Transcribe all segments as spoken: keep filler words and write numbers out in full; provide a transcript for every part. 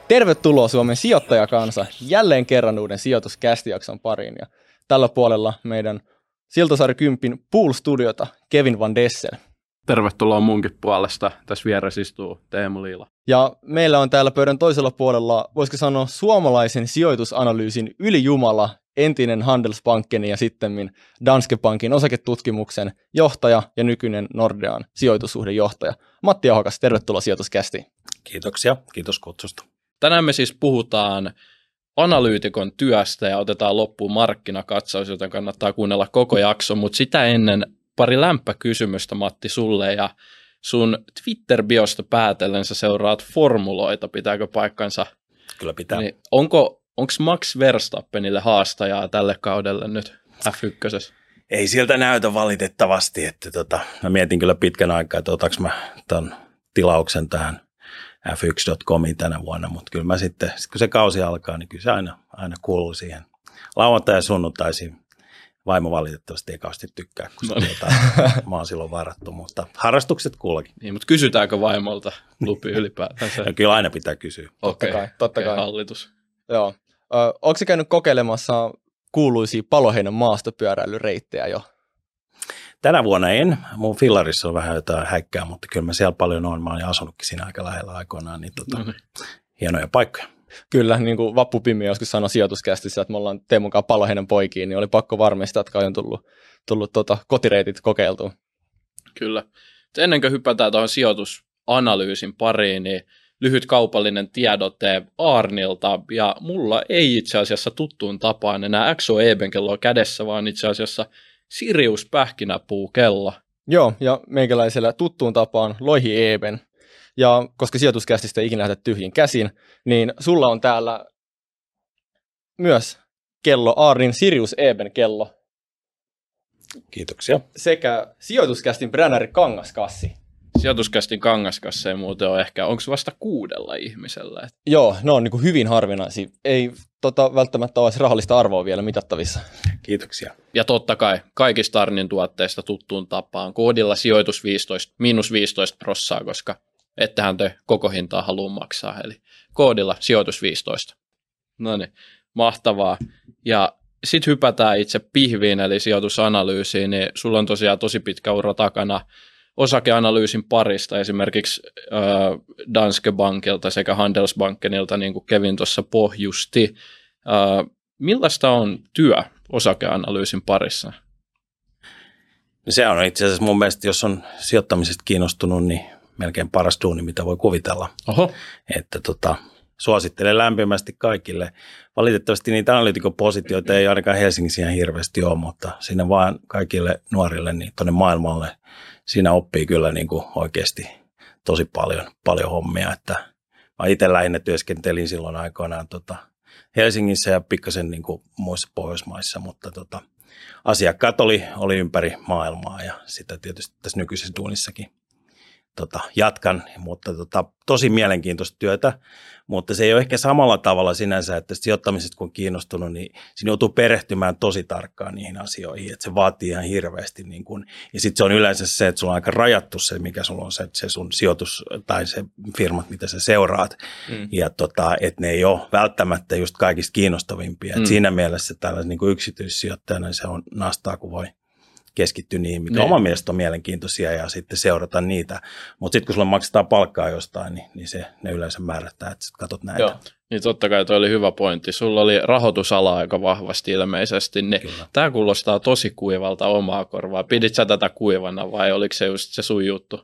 Tervetuloa Suomen sijoittajakansa jälleen kerran uuden sijoituskästijakson pariin. Ja tällä puolella meidän Siltasaari kymmenen Pool-studiota Kevin Van Dessel. Tervetuloa munkin puolesta. Tässä vieressä istuu Teemu Liila. Ja meillä on täällä pöydän toisella puolella, voisiko sanoa, suomalaisen sijoitusanalyysin ylijumala, entinen Handelsbanken ja sittemmin Danske Bankin osaketutkimuksen johtaja ja nykyinen Nordean sijoitussuhdejohtaja. Matti Ahokas, tervetuloa sijoituskästiin. Kiitoksia, kiitos kutsusta. Tänään me siis puhutaan analyytikon työstä ja otetaan loppuun markkinakatsaus, joten kannattaa kuunnella koko jakso, mutta sitä ennen pari lämpäkysymystä, Matti, sulle, ja sun Twitter-biosta päätellen sä seuraat formuloita, pitääkö paikkansa? Kyllä pitää. Niin onko onko Max Verstappenille haastajaa tälle kaudelle nyt F yksi? Ei sieltä näytä valitettavasti, että tota, mä mietin kyllä pitkän aikaa, että otaks mä ton tilauksen tähän F yksi piste comiin tänä vuonna, mutta kyllä mä sitten, sit kun se kausi alkaa, niin kyllä se aina, aina kuuluu siihen lauantai- ja sunnuntaisiin. Vaimo valitettavasti ei kauheasti tykkää, kun se no niin. tota, mä oon silloin varattu, mutta harrastukset kullakin. Niin, mutta kysytäänkö vaimolta lupi ylipäätään? Ja kyllä aina pitää kysyä. Totta Okei, kai, totta kai. Hallitus. Joo. Ö, onko se käynyt kokeilemassa kuuluisia Paloheinän maastopyöräilyreittejä jo? Tänä vuonna en. Mun fillarissa on vähän jotain häikkää, mutta kyllä mä siellä paljon oon. Mä oon asunutkin siinä aika lähellä aikoinaan, niin tota, no niin. hienoja paikkoja. Kyllä, niin kuin Vappu Pimi joskus sanoi sijoituskästissä, että me ollaan Teemun kanssa Paloheinän poikiin, niin oli pakko varmistaa, että on tullut, tullut tuota, kotireitit kokeiltua. Kyllä. Ennen kuin hypätään tuohon sijoitusanalyysin pariin, niin lyhyt kaupallinen tiedote Aarnilta, ja mulla ei itse asiassa tuttuun tapaan enää X O Eben kelloa kädessä, vaan itse asiassa Sirius pähkinäpuukello. Joo, ja meikäläisellä tuttuun tapaan Loihi Eben. Ja koska sijoituskästistä ei ikinä lähdetä tyhjin käsin, niin sulla on täällä myös kello, Aarnin Sirius Eben kello. Kiitoksia. Sekä sijoituskästin brännäri kangaskassi. Sijoituskästin kangaskassa ei muuten ole ehkä, onko vasta kuudella ihmisellä? Joo, ne on niin kuin hyvin harvinaisia. Ei tota, välttämättä ole rahallista arvoa vielä mitattavissa. Kiitoksia. Ja totta kai kaikista Arnin tuotteista tuttuun tapaan koodilla sijoitus viisitoista, miinus viisitoista prossaa, koska ettehän te koko hintaa halua maksaa, eli koodilla sijoitus viisitoista. No niin, mahtavaa. Ja sitten hypätään itse pihviin, eli sijoitusanalyysiin, niin sulla on tosiaan tosi pitkä ura takana osakeanalyysin parista, esimerkiksi äh, Danske Bankilta sekä Handelsbankenilta, niin kuin Kevin tuossa pohjusti. Äh, millaista on työ osakeanalyysin parissa? No se on itse asiassa mun mielestä, jos on sijoittamisesta kiinnostunut, niin melkein paras duuni, mitä voi kuvitella. Oho. Että tota, suosittelen lämpimästi kaikille. Valitettavasti niitä analyytikopositioita ei ainakaan Helsingissä ihan hirveästi ole, mutta sinne vaan kaikille nuorille niin tuonne maailmalle siinä oppii kyllä niin kuin oikeasti tosi paljon, paljon hommia. Että mä itse lähinnä työskentelin silloin aikoinaan tota Helsingissä ja pikkasen niin kuin muissa Pohjoismaissa, mutta tota, asiakkaat oli, oli ympäri maailmaa ja sitä tietysti tässä nykyisessä duunissakin Tota, jatkan, mutta tota, tosi mielenkiintoista työtä, mutta se ei ole ehkä samalla tavalla sinänsä, että sijoittamisesta kun on kiinnostunut, niin siinä joutuu perehtymään tosi tarkkaan niihin asioihin, että se vaatii ihan hirveästi, niin kun, ja sitten se on yleensä se, että sulla on aika rajattu se, mikä sulla on se, se sun sijoitus tai se firmat, mitä sä seuraat, mm. ja tota, että ne ei ole välttämättä just kaikista kiinnostavimpia, mm. että siinä mielessä tällaisen niin kuin yksityissijoittajana se on nastaa, kun voi keskittyä niihin, mikä oman mielestä on mielenkiintoisia ja sitten seurata niitä. Mutta sitten kun sulle maksetaan palkkaa jostain, niin, niin se, ne yleensä määrättää, että katsot näitä. Joo, niin totta kai toi oli hyvä pointti. Sulla oli rahoitusala aika vahvasti ilmeisesti, niin tämä kuulostaa tosi kuivalta omaa korvaa. Pidit sä tätä kuivana vai oliko se just se sun juttu?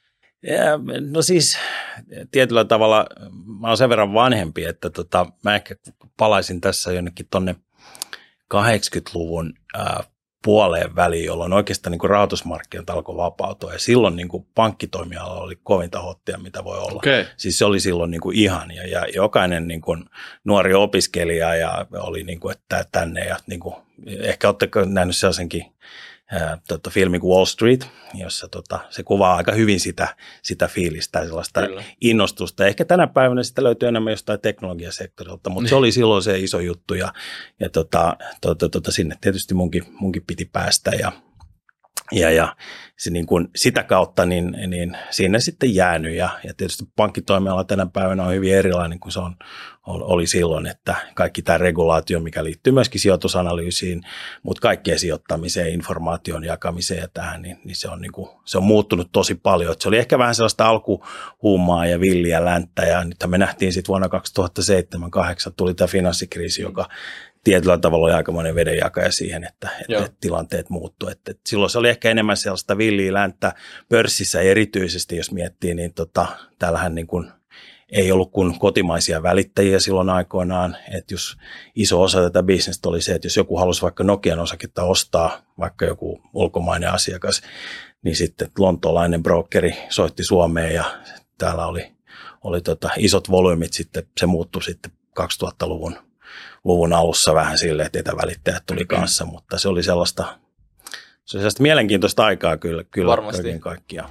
Ja, no siis tietyllä tavalla mä oon sen verran vanhempi, että tota, mä ehkä palaisin tässä jonnekin tonne kahdeksankymmentäluvun ää, puoleen väliin, jolloin oikeastaan niin kuin rahoitusmarkkinat alkoi vapautua ja silloin niin kuin pankkitoimiala oli kovinta hottia, mitä voi olla. Okay. Siis se oli silloin niin kuin ihan ja, ja jokainen niin kuin nuori opiskelija ja oli niin kuin, että tänne ja niin kuin, ehkä oletteko nähnyt sellaisenkin ää, tota, filmi kuin Wall Street, jossa tota, se kuvaa aika hyvin sitä, sitä fiilistä ja sellaista Kyllä. innostusta. Ehkä tänä päivänä sitä löytyy enemmän jostain teknologiasektorilta, mutta se oli silloin se iso juttu ja, ja tota, tota, tota, sinne tietysti munkin, munkin piti päästä ja Ja, ja se niin kuin sitä kautta niin, niin siinä sitten jäänyt ja, ja tietysti pankkitoimiala tänä päivänä on hyvin erilainen kuin se on, oli silloin, että kaikki tämä regulaatio, mikä liittyy myöskin sijoitusanalyysiin, mutta kaikkeen sijoittamiseen, informaation jakamiseen ja tähän, niin, niin, se, on niin kuin, se on muuttunut tosi paljon. Että se oli ehkä vähän sellaista alkuhuumaa ja villiä länttä ja nythän me nähtiin sitten vuonna kaksituhattaseitsemän kahdeksan tuli tämä finanssikriisi, joka tietyllä tavalla oli aikamoinen vedenjakaja siihen, että, että tilanteet muuttuu. Että, että silloin se oli ehkä enemmän sellaista villiä länttä pörssissä erityisesti, jos miettii, niin tota, täällähän niin kuin ei ollut kuin kotimaisia välittäjiä silloin aikoinaan, että jos iso osa tätä bisnestä oli se, että jos joku halusi vaikka Nokian osaketta ostaa, vaikka joku ulkomainen asiakas, niin sitten lontoolainen brokeri soitti Suomeen ja täällä oli, oli tota isot volyymit, sitten se muuttui sitten kaksituhattaluvun luvun alussa vähän silleen, että etävälittäjät tuli kanssa, mutta se oli sellaista, se oli sellaista mielenkiintoista aikaa kyllä, kyllä kaiken kaikkiaan.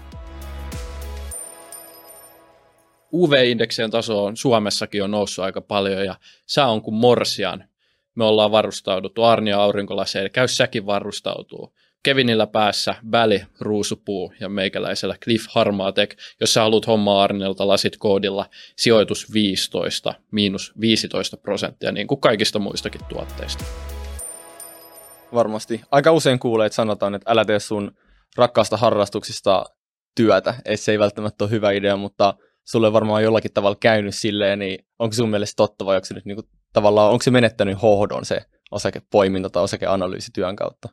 U V-indeksien taso on Suomessakin on noussut aika paljon ja sää on kuin morsian. Me ollaan varustauduttu, Arnia aurinkolaseilla, käy säkin varustautuu. Kevinillä päässä Väli, Ruusupuu ja meikäläisellä Cliff Harmaatek, jos sä haluat hommaa Arnilta lasit koodilla sijoitus viisitoista, miinus viisitoista prosenttia, niin kuin kaikista muistakin tuotteista. Varmasti. Aika usein kuulee, että sanotaan, että älä tee sun rakkaasta harrastuksista työtä. Ei se ei välttämättä ole hyvä idea, mutta sulle on varmaan jollakin tavalla käynyt silleen, niin onko sun mielestä totta vai onko se nyt niinku, tavallaan, onko se menettänyt hohdon se osakepoiminta tai osakeanalyysi työn kautta?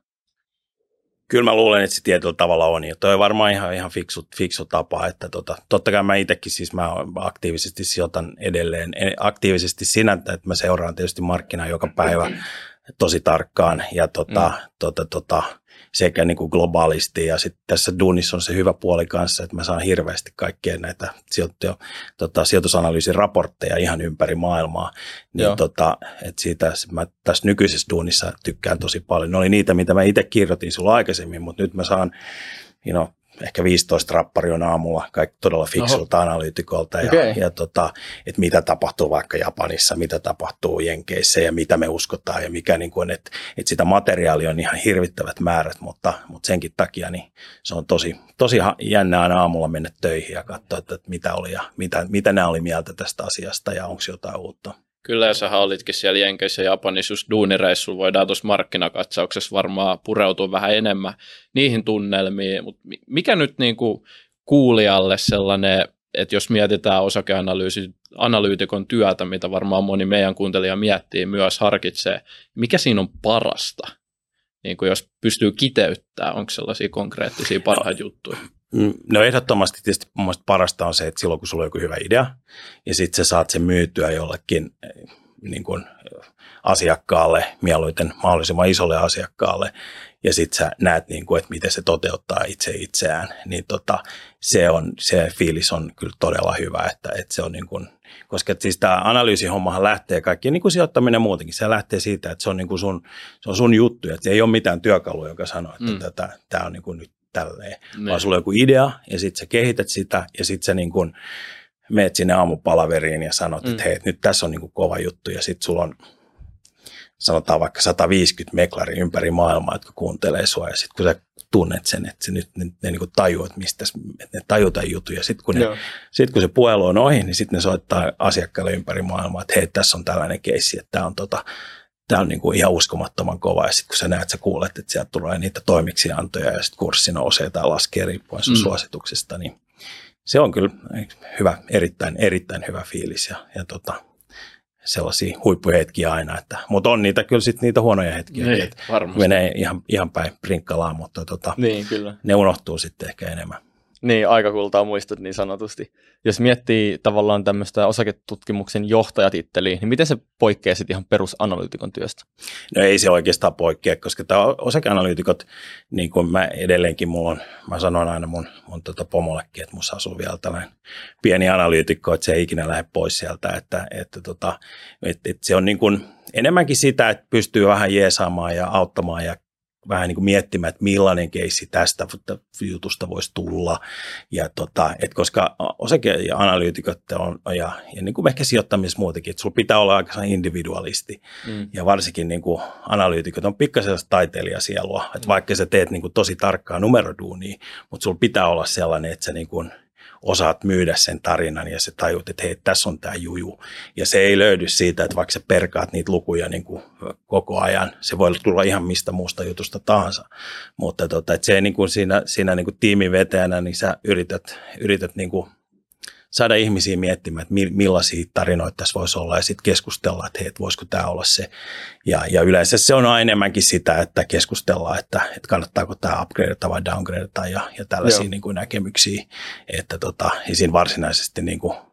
Kyllä mä luulen, että se tietyllä tavalla on. Ja toi on varmaan ihan, ihan fiksu, fiksu tapa. Että tota, totta kai mä itsekin siis mä aktiivisesti sijoitan edelleen. Aktiivisesti sinänsä, että mä seuraan tietysti markkinaa joka päivä tosi tarkkaan. Ja tota, mm. tota, tota, sekä niin kuin globaalisti. Ja sitten tässä duunissa on se hyvä puoli kanssa, että mä saan hirveästi kaikkea näitä sijoitu, tota, sijoitusanalyysin raportteja ihan ympäri maailmaa. Niin tota, että siitä mä tässä nykyisessä duunissa tykkään tosi paljon. Ne oli niitä, mitä mä itse kirjoitin sulla aikaisemmin, mutta nyt mä saan, you know, ehkä viisitoista rappari on aamulla, kaikki todella fiksulta Oho. analyytikolta, ja, okay. ja tota, että mitä tapahtuu vaikka Japanissa, mitä tapahtuu Jenkeissä ja mitä me uskotaan ja mikä, niin kuin, että, että sitä materiaalia on ihan hirvittävät määrät, mutta, mutta senkin takia niin se on tosi, tosi jännä aina aamulla mennä töihin ja katsoa, että, että mitä oli ja mitä, mitä nämä oli mieltä tästä asiasta ja onko jotain uutta. Kyllä, ja sähän olitkin siellä Jenkeissä ja Japanissa just duunireissulla, voidaan tuossa markkinakatsauksessa varmaan pureutua vähän enemmän niihin tunnelmiin, mutta mikä nyt niin kuin kuulijalle sellainen, että jos mietitään osakeanalyytikon työtä, mitä varmaan moni meidän kuuntelija miettii myös, harkitsee, mikä siinä on parasta? Niin kuin jos pystyy kiteyttämään, onko sellaisia konkreettisia parhaita juttuja? No ehdottomasti tietysti mun mielestä parasta on se, että silloin kun sulla on joku hyvä idea ja sitten sä saat sen myytyä jollekin niin kuin asiakkaalle, mieluiten mahdollisimman isolle asiakkaalle ja sitten sä näet, niin kuin, että miten se toteuttaa itse itseään, niin tota, se, on, se fiilis on kyllä todella hyvä, että, että se on niin kuin, koska siis tämä analyysihommahan lähtee kaikki, niin kuin sijoittaminen muutenkin, se lähtee siitä, että se on, niin kuin sun, se on sun juttu, että se ei ole mitään työkalua, joka sanoo, että mm. tätä, tämä on niin kuin nyt tälleen, ne. Vaan sulla on joku idea ja sitten sä kehität sitä ja sitten sä niin kun meet sinne aamupalaveriin ja sanot, mm. että hei, nyt tässä on niin kuin kova juttu ja sitten sulla on sanotaan vaikka sata viisikymmentä meklari ympäri maailmaa, jotka kuuntelee sua ja sitten kun sä tunnet sen, että se nyt, ne, ne niin kuin tajuu, että mistä että ne tajutaan juttuja. Sitten kun, sit, kun se puhelu on ohi, niin sitten ne soittaa asiakkaalle ympäri maailmaa, että hei, tässä on tällainen keissi, että tämä on tota, Tämä on niin kuin ihan uskomattoman kova, ja sitten kun sä näet, sä kuulet, että sieltä tulee niitä toimiksiantoja, ja sitten kurssi nousee tai laskee riippuen sun mm. suosituksesta, niin se on kyllä hyvä, erittäin, erittäin hyvä fiilis, ja, ja tota, sellaisia huippuhetkiä aina, että, mutta on niitä kyllä sitten niitä huonoja hetkiä, niin, että menee ihan, ihan päin prinkkalaan, mutta tota, niin, kyllä. Ne unohtuu sitten ehkä enemmän. Niin, aika kultaa muistot niin sanotusti. Jos miettii tavallaan tämmöistä osaketutkimuksen johtajatitteliä, niin miten se poikkeaa sitten ihan perusanalyytikon työstä? No ei se oikeastaan poikkea, koska tämä osakeanalyytikot, niin kuin mä edelleenkin, mulla on, mä sanon aina mun, mun tota pomollekin, että musta asuu vielä tällainen pieni analyytikko, että se ei ikinä lähde pois sieltä, että, että, tota, että, että se on niin kuin enemmänkin sitä, että pystyy vähän jeesaamaan ja auttamaan ja vähän niin kuin miettimään, että millainen keissi tästä jutusta voisi tulla. Ja tota, et koska osake- ja analyytikot on, ja, ja niin kuin ehkä sijoittamisessa muutenkin, että sulla pitää olla aika individualisti. Mm. Ja varsinkin niin kuin analyytikot on pikkasen sellaista taiteilijasielua, että mm. vaikka sä teet niin kuin tosi tarkkaa numeroduunia, mutta sulla pitää olla sellainen, että sä niin kuin osaat myydä sen tarinan ja sä tajut, että hei, tässä on tämä juju. Ja se ei löydy siitä, että vaikka sä perkaat niitä lukuja niin kuin koko ajan, se voi tulla ihan mistä muusta jutusta tahansa. Mutta tota, että se niin kuin siinä, siinä niin kuin tiimivetäjänä, niin sä yrität, yrität niin kuin saada ihmisiä miettimään, että millaisia tarinoita tässä voisi olla ja sitten keskustella, että hei, että voisiko tämä olla se. Ja, ja yleensä se on enemmänkin sitä, että keskustellaan, että, että kannattaako tämä upgradeata vai downgradeata ja, ja tällaisia niin kuin näkemyksiä. Että tota, ja siinä varsinaisesti niin kuin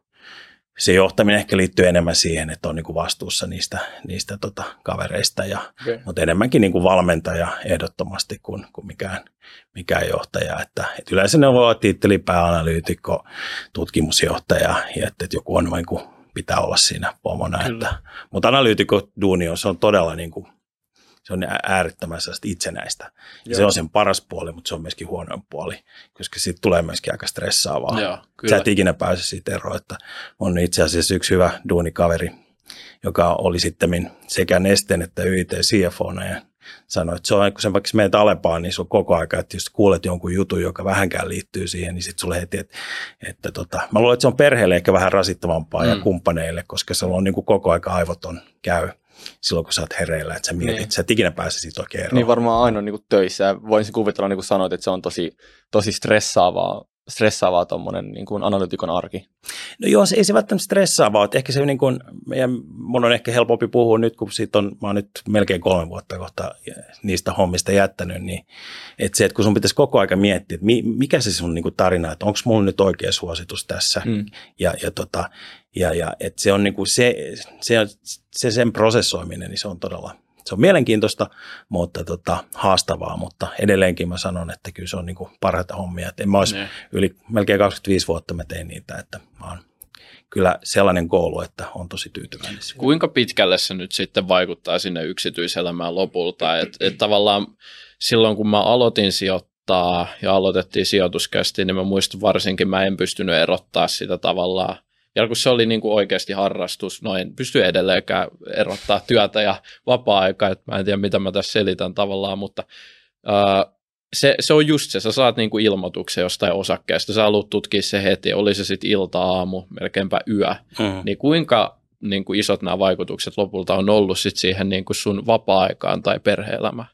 se johtaminen ehkä liittyy enemmän siihen, että on niin kuin vastuussa niistä, niistä tota kavereista, ja, okay. mutta enemmänkin niin kuin valmentaja ehdottomasti kuin, kuin mikään, mikään johtaja. Että, että yleensä ne voi olla tiittelipää, analyytikko, tutkimusjohtaja, ja että, että joku on niin kuin pitää olla siinä pomona. Että, mutta analyytikko duuni on, se on todella niin kuin, se on äärettömän itsenäistä. Ja se on sen paras puoli, mutta se on myöskin huonoin puoli, koska siitä tulee myöskin aika stressaavaa. Joo, sä et ikinä pääse siitä eroon, että on itse asiassa yksi hyvä duunikaveri, joka oli sitten sekä Nesteen että Y I T C F O:na ja sanoi, että se on, kun sä vaikka menet Alepaan, niin se on koko aika, että jos kuulet jonkun jutun, joka vähänkään liittyy siihen, niin sitten sulle heti, että, että tota, mä luulen, että se on perheelle ehkä vähän rasittavampaa mm. ja kumppaneille, koska se on niin kuin koko aika aivoton käy silloin, kun sä oot hereillä, että sä mietit, niin. että sä et ikinä pääse siitä oikein eroon. Niin varmaan aina niin kuin töissä. Voisin kuvitella, niin kuin sanoit, että se on tosi, tosi stressaavaa, stressaavaa tuommoinen niin kuin analytikon arki. No joo, se ei se välttämättä stressaavaa, että ehkä se niin kuin, ja mun on ehkä helpompi puhua nyt, kun siitä on, mä oon nyt melkein kolme vuotta kohta niistä hommista jättänyt, niin että se, että kun sun pitäisi koko aika miettiä, että mikä se sun niin kuin tarina, että onko mulla nyt oikea suositus tässä, mm. ja, ja tota, Ja, ja että se on niinku se, se, se sen prosessoiminen, niin se on todella, se on mielenkiintoista, mutta tota, haastavaa, mutta edelleenkin mä sanon, että kyllä se on niinku parhaita hommia. Et en mä olisi ne. yli melkein kaksikymmentäviisi vuotta mä tein niitä, että mä oon kyllä sellainen koulu, että on tosi tyytyväinen. Kuinka pitkälle se nyt sitten vaikuttaa sinne yksityiselämään lopulta? Että et tavallaan silloin, kun mä aloitin sijoittaa ja aloitettiin sijoituskästi, niin mä muistan varsinkin, mä en pystynyt erottaa sitä tavallaan. Ja kun se oli niin kuin oikeasti harrastus, no en pysty edelleenkään erottaa työtä ja vapaa-aikaa, että mä en tiedä mitä mä tässä selitän tavallaan, mutta ää, se, se on just se, sä saat niin kuin ilmoituksen jostain osakkeesta, sä haluat tutkia se heti, oli se sitten ilta, aamu, melkeinpä yö, mm. niin kuinka niin kuin isot nämä vaikutukset lopulta on ollut sit siihen niin kuin sun vapaa-aikaan tai perhe-elämään?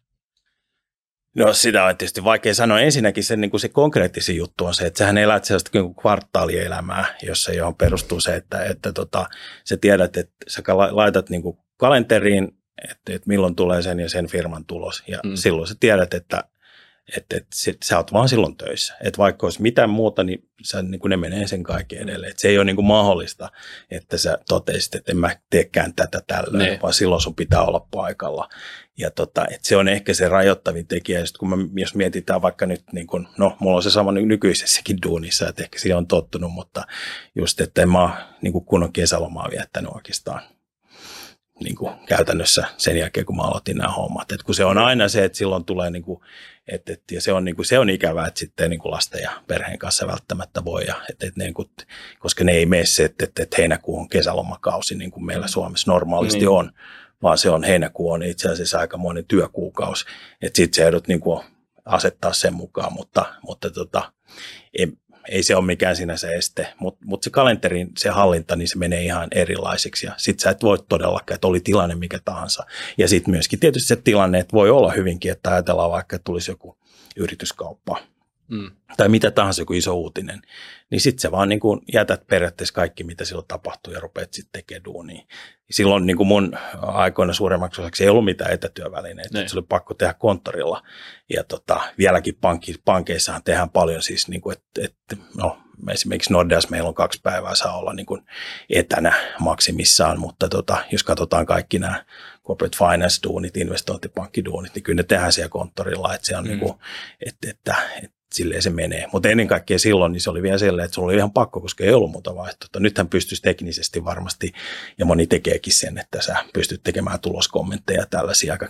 No sitä on tietysti vaikea sanoa. Ensinnäkin se, niin kuin se konkreettisin juttu on se, että sähän elät sellaista kvartaalielämää, jossa johon perustuu se, että, että tota, sä tiedät, että sä laitat niin kuin kalenteriin, että, että milloin tulee sen ja sen firman tulos. Ja mm. silloin sä tiedät, että, että, että sä oot vaan silloin töissä. Että vaikka olisi mitään muuta, niin, sä, niin kuin ne menee sen kaiken edelleen. Että se ei ole niin kuin mahdollista, että sä totesit, että en mä teekään tätä tällöin, ne. vaan silloin sun pitää olla paikalla. Ja tota, että se on ehkä se rajoittavin tekijä, ja kun mä, jos mietitään vaikka nyt, niin kun, no mulla on se sama nykyisessäkin duunissa, että ehkä siihen on tottunut, mutta just, että en mä ole niin kuin kunnon kesälomaa viettänyt oikeastaan niin kuin käytännössä sen jälkeen, kun mä aloitin nämä hommat. Et kun se on aina se, että silloin tulee, niin kuin, et, et, ja se on, niin kuin, se on ikävää, että sitten niin kuin lasten ja perheen kanssa välttämättä voi, ja, et, et, niin kuin, koska ne ei mene se, että et, et heinäkuu on kesälomakausi, niin kuin meillä Suomessa normaalisti niin. on, vaan se on heinäkuu on itse asiassa aikamoinen työkuukausi, että sitten se joudut niin kuin asettaa sen mukaan, mutta, mutta tota, ei, ei se ole mikään sinänsä este, mutta mut se kalenterin, se hallinta, niin se menee ihan erilaiseksi ja sitten sä et voi todellakaan, että oli tilanne mikä tahansa. Ja sitten myöskin tietysti se tilanne, että voi olla hyvinkin, että ajatellaan vaikka, että tulisi joku yrityskauppa mm. tai mitä tahansa joku iso uutinen, niin sitten sä vaan niin kuin jätät periaatteessa kaikki, mitä silloin tapahtuu ja rupeat sitten tekemään duunia. Silloin niin kuin mun aikoina suuremmaksi osaksi ei ollut mitään etätyövälineitä, se oli pakko tehdä konttorilla. Ja tota, vieläkin pankki, pankeissahan tehdään paljon siis, niin kuin, että, että no, esimerkiksi Nordeassa meillä on kaksi päivää saa olla niin kuin etänä maksimissaan, mutta tota, jos katsotaan kaikki nämä corporate finance-duunit, investointipankkiduunit, niin kyllä ne tehdään siellä konttorilla, että se on mm. niin kuin, että, että, että silleen se menee. Mutta ennen kaikkea silloin niin se oli vielä sellainen, että se oli ihan pakko, koska ei ollut muuta vaihtoehtoa. Nythän pystyisi teknisesti varmasti, ja moni tekeekin sen, että sä pystyt tekemään tuloskommentteja tällaisia aika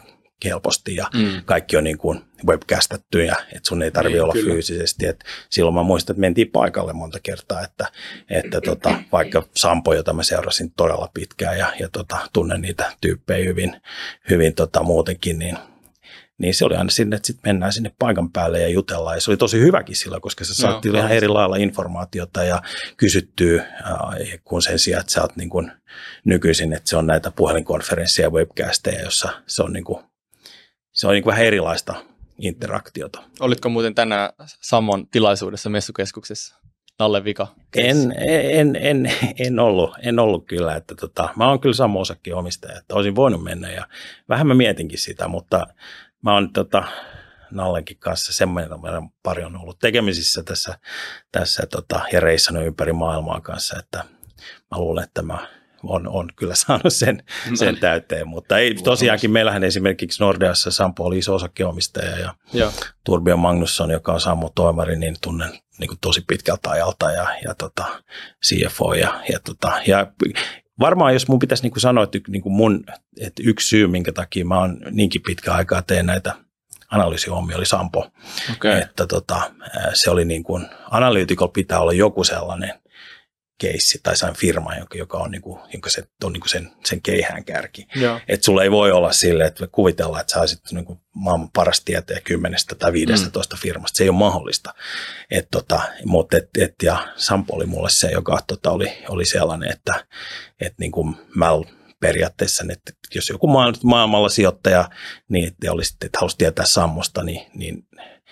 helposti ja mm. kaikki on niin kuin webcastattu ja että sun ei tarvitse niin, olla kyllä. fyysisesti. Et silloin mä muistan, että mentiin paikalle monta kertaa, että, että tota, vaikka Sampo, jota mä seurasin todella pitkään ja, ja tota, tunnen niitä tyyppejä hyvin, hyvin tota, muutenkin, niin Niin se oli aina sinne, että sitten mennään sinne paikan päälle ja jutellaan. Ja se oli tosi hyväkin sillä, koska sä saatiin no, ihan eri lailla informaatiota ja kysyttyä, kun sen sijaan, että sä oot niin kuin nykyisin, että se on näitä puhelinkonferensseja ja webcasteja, jossa se on, niin kuin, se on niin kuin vähän erilaista interaktiota. Olitko muuten tänään Sammon tilaisuudessa messukeskuksessa? Nalle vika. En, en, en, en, ollut, en ollut kyllä, että tota, mä oon kyllä Sammon osakkeenomistaja, että olisin voinut mennä ja vähän mä mietinkin sitä, mutta mä oon tota, Nallenkin kanssa semmoinen pari on ollut tekemisissä tässä, tässä tota, ja reissannut ympäri maailmaa kanssa, että mä luulen, että mä on, on kyllä saanut sen, sen täyteen, mutta ei, tosiaankin meillähän esimerkiksi Nordeassa Sampo oli iso osakkeenomistaja ja Joo. Torbjörn Magnusson, joka on Sammon toimari, niin tunnen niin kuin tosi pitkältä ajalta ja, ja tota, C F O ja, ja, tota, ja varmaan jos mun pitäisi niin kuin sanoa, että, niin kuin mun, että yksi syy, minkä takia mä oon niinkin pitkä aikaa teen näitä analyysihommia, oli Sampo. Okay. Että tota, se oli niin kuin, analyytikolla pitää olla joku sellainen keissi tai sen firma, joka, joka on, niin kuin, jonka se, on niin kuin sen, sen keihään kärki. Että sulla ei voi olla silleen, että kuvitellaan, että sä olisit niin kuin maailman paras tietäjä kymmenestä tai viidestätoista mm. firmasta. Se ei ole mahdollista. Et, tota, mutta et, et, ja Sampo oli mulle se, joka tota, oli, oli sellainen, että et, niin kuin mä periaatteessa, että jos joku maailmalla sijoittaja niin että olisi, että halusi tietää Sammosta, niin, niin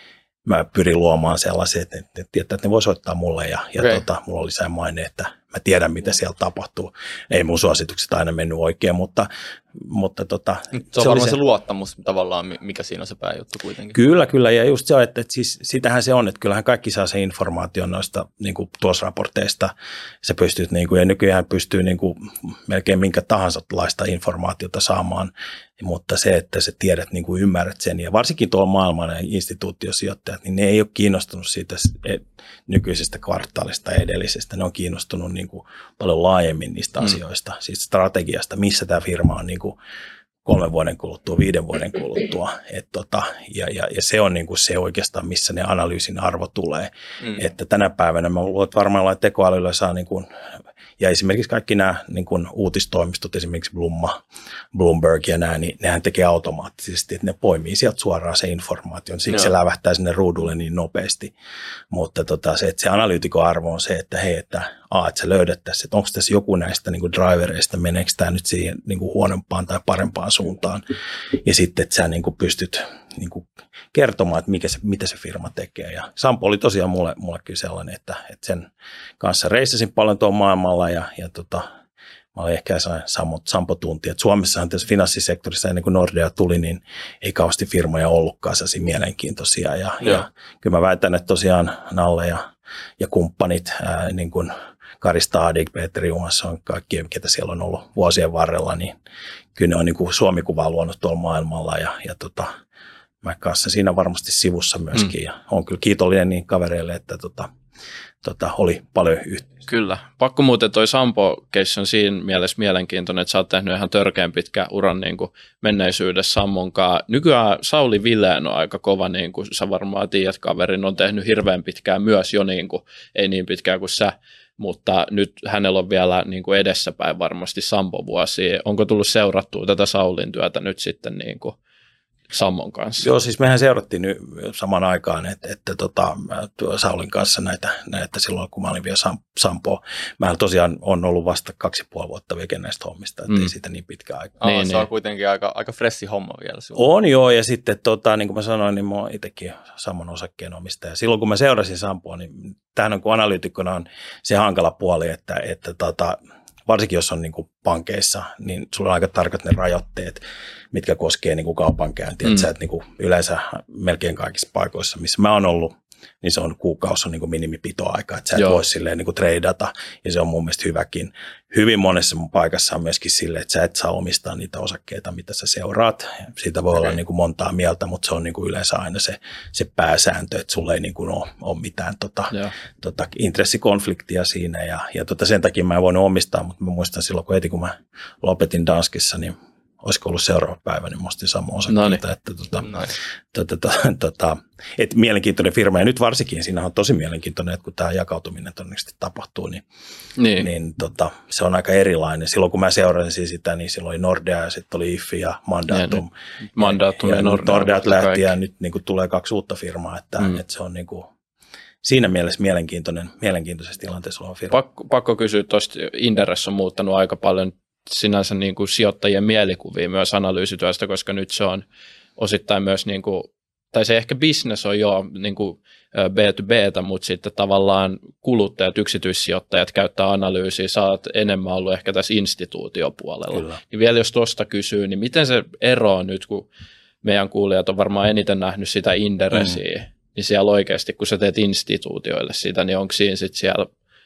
mä pyrin luomaan sellaisia, että, että, että ne voi soittaa mulle ja, ja okay. tota, mulla oli se maine, että mä tiedän, mitä siellä tapahtuu. Ei mun suositukset aina mennyt oikein, mutta, mutta tota, se on se varmaan se luottamus tavallaan, mikä siinä on se pääjuttu kuitenkin. Kyllä, kyllä. Ja just se, että, että siis sitähän se on, että kyllähän kaikki saa se informaation noista niin kuin tulosraporteista. Sä pystyt, niin kuin, ja nykyään pystyy niin kuin, melkein minkä tahansa laista informaatiota saamaan, mutta se, että sä tiedät, niin kuin ymmärrät sen. Ja varsinkin tuolla maailman ja instituutiosijoittajat, niin ne ei ole kiinnostunut siitä nykyisestä kvartaalista ja edellisestä. Ne on kiinnostunut niin kuin paljon laajemmin niistä mm. asioista, siis strategiasta, missä tämä firma on niin kuin kolmen vuoden kuluttua, viiden vuoden kuluttua. Et tota, ja, ja, ja se on niin kuin se oikeastaan, missä ne analyysin arvo tulee. Mm. Että tänä päivänä mä luulen, että varmaan tekoälyllä saa, niin kuin, ja esimerkiksi kaikki nämä niin kuin uutistoimistot, esimerkiksi Blumma, Bloomberg ja nämä, niin nehän tekee automaattisesti, että ne poimii sieltä suoraan se informaation. Siksi no. se lävähtää sinne ruudulle niin nopeasti. Mutta tota, se, että se analyytikon arvo on se, että hei, että, a, että sä löydät tässä, että onko tässä joku näistä niin kuin drivereista, meneekö tämä nyt siihen niin kuin huonompaan tai parempaan suuntaan. Ja sitten, että sä niin kuin pystyt niin kuin kertomaan, että mikä se, mitä se firma tekee. Ja Sampo oli tosiaan mulle, mulle kyllä sellainen, että, että sen kanssa reissasin paljon tuolla maailmalla ja, ja tota, mä olin ehkä Sampo, Sampo tunti. Että Suomessahan tässä finanssisektorissa ennen kuin Nordea tuli, niin ei kauheasti firmoja ollutkaan sellaisia mielenkiintoisia. Ja, ja. ja kyllä mä väitän, että tosiaan Nalle ja, ja kumppanit, ää, niin kuin Kari Stadig, Peter Johansson, kaikki, ketä siellä on ollut vuosien varrella, niin kyllä ne on niin kuin Suomi-kuvaa luonut tuolla maailmalla ja, ja tota, mä kanssa siinä varmasti sivussa myöskin mm. ja on kyllä kiitollinen niin kavereille, että tota, tota, oli paljon yhteyttä. Kyllä. Pakko muuten toi Sampo-case on siinä mielessä mielenkiintoinen, että sä oot tehnyt ihan törkeän pitkän uran niin kuin menneisyydessä Sammonkaan. Nykyään Sauli Vilén on aika kova, niin kuin sä varmaan tiedät, kaverin on tehnyt hirveän pitkään myös jo, niin kuin, ei niin pitkään kuin sä. Mutta nyt hänellä on vielä niin kuin edessäpäin varmasti Sampo-vuosia. Onko tullut seurattua tätä Saulin työtä nyt sitten niin kuin Sammon kanssa? Joo, siis mehän seurattiin nyt samaan aikaan, että, että tota, Saulin kanssa näitä, näitä silloin, kun mä olin vielä Sam, Sampo. Mä tosiaan on ollut vasta kaksi ja puoli vuotta vielä näistä hommista, ettei mm. siitä niin pitkä aika. Aa, niin, se niin. on kuitenkin aika, aika freshi homma vielä. On joo, ja sitten tota, niin kuin mä sanoin, niin mä oon itsekin Sammon osakkeenomistaja. Silloin kun mä seurasin Sampoa, niin tämähän on kun analyytikkona on se hankala puoli, että, että tota, varsinkin jos on niin kuin pankeissa, niin sulla on aika tarkat ne rajoitteet, mitkä koskee niin kuin kaupankäyntiä. Mm. Että sä et niin kuin yleensä melkein kaikissa paikoissa, missä mä oon ollut, niin se on kuukausi on niin kuin minimipitoaika, että sä et voi silleen niin kuin treidata, ja se on mun mielestä hyväkin. Hyvin monessa mun paikassa on myöskin silleen, että sä et saa omistaa niitä osakkeita, mitä sä seuraat. Siitä voi okay. olla niin kuin montaa mieltä, mutta se on niin kuin yleensä aina se, se pääsääntö, että sulla ei niin kuin ole, ole mitään tota, tota, intressikonfliktia siinä, ja, ja tota, sen takia mä en voinut omistaa, mutta mä muistan silloin, kun heti kun mä lopetin Danskissa, niin olisiko ollut seuraava päivä, niin muistin samoin osakkeita, että tota, tota, tota, tota, et mielenkiintoinen firma, ja nyt varsinkin siinä on tosi mielenkiintoinen, että kun tämä jakautuminen todennäköisesti tapahtuu, niin, niin. niin tota, se on aika erilainen. Silloin kun mä seurasin sitä, niin silloin oli Nordea ja sitten oli I F I ja Mandatum. Ja, Mandatum ja, ja, ja Nordea, Nordea lähti kaikki. Ja nyt niin kuin tulee kaksi uutta firmaa, että, mm. että se on niin kuin siinä mielessä mielenkiintoinen, mielenkiintoisessa tilanteessa oleva firma. Pakko, pakko kysyä tuosta, Inderes on muuttanut aika paljon sinänsä niin kuin sijoittajien mielikuvia myös analyysityöstä, koska nyt se on osittain myös, niin kuin, tai se ehkä business on jo niin kuin B to B:tä, mutta sitten tavallaan kuluttajat, yksityissijoittajat käyttää analyysiä, sä oot enemmän ollut ehkä tässä instituutiopuolella. Kyllä. Niin vielä jos tuosta kysyy, niin miten se eroaa nyt, kun meidän kuulijat on varmaan eniten nähnyt sitä Inderesiä, mm. niin siellä oikeasti, kun sä teet instituutioille sitä, niin onko siinä sitten siellä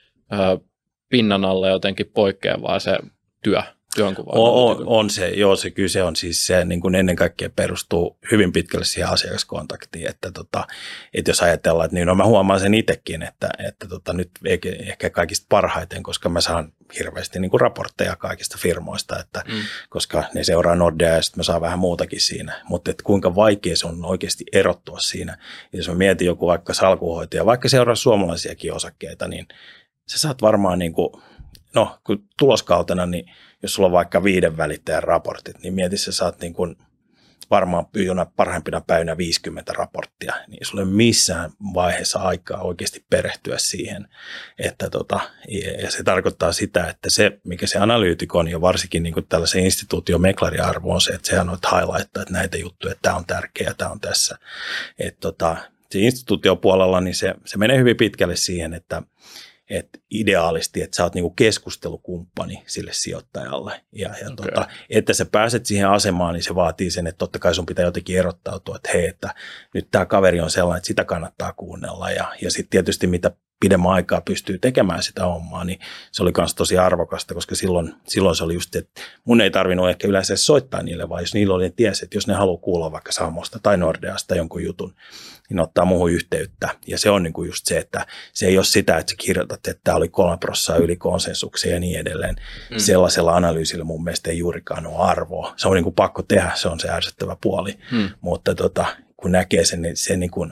ö, pinnan alla jotenkin poikkeavaa se työ, työnkuva? On, on, on se, joo, se kyse on siis se niin kuin ennen kaikkea perustuu hyvin pitkälle siihen asiakaskontaktiin, että, tota, että jos ajatellaan, että niin no mä huomaan sen itsekin, että, että tota, nyt ehkä kaikista parhaiten, koska mä saan hirveästi niin kuin raportteja kaikista firmoista, että, mm. koska ne seuraa Nordea ja sitten mä saan vähän muutakin siinä, mutta että kuinka vaikea se on oikeasti erottua siinä. Ja jos mä mietin joku vaikka salkuhoitaja, vaikka seuraa suomalaisiakin osakkeita, niin sä saat varmaan niin kuin, no kun tuloskautena, niin jos sulla on vaikka viiden välittäjän raportit, niin mieti, sä saat niin kuin varmaan jona parhaimpina päivinä viisikymmentä raporttia, niin sulla ei missään vaiheessa aikaa oikeasti perehtyä siihen. Että tota, ja se tarkoittaa sitä, että se, mikä se analyytikon ja varsinkin niin kuin tällaisen instituution meklariarvo on se, että sehän on highlighttaa, että näitä juttuja, että tämä on tärkeä, tämä on tässä. Että tota, se instituution puolella, niin se, se menee hyvin pitkälle siihen, että että ideaalisti, että sä oot niinku keskustelukumppani sille sijoittajalle. Ja, ja okay. tota, että sä pääset siihen asemaan, niin se vaatii sen, että totta kai sun pitää jotenkin erottautua, että hei, että nyt tämä kaveri on sellainen, että sitä kannattaa kuunnella. Ja, ja sitten tietysti mitä pidemmän aikaa pystyy tekemään sitä hommaa, niin se oli myös tosi arvokasta, koska silloin, silloin se oli just, että mun ei tarvinnut ehkä yleensä soittaa niille, vaan jos niillä oli ties, että jos ne haluaa kuulla vaikka Samosta tai Nordeasta jonkun jutun, niin ottaa muuhun yhteyttä. Ja se on niinku just se, että se ei ole sitä, että sä kirjoitat, että tämä oli kolme prosenttia yli konsensuksia ja niin edelleen. Mm. Sellaisella analyysillä mun mielestä ei juurikaan ole arvoa. Se on niinku pakko tehdä, se on se ärsyttävä puoli. Mm. Mutta tota, kun näkee sen, niin se niinku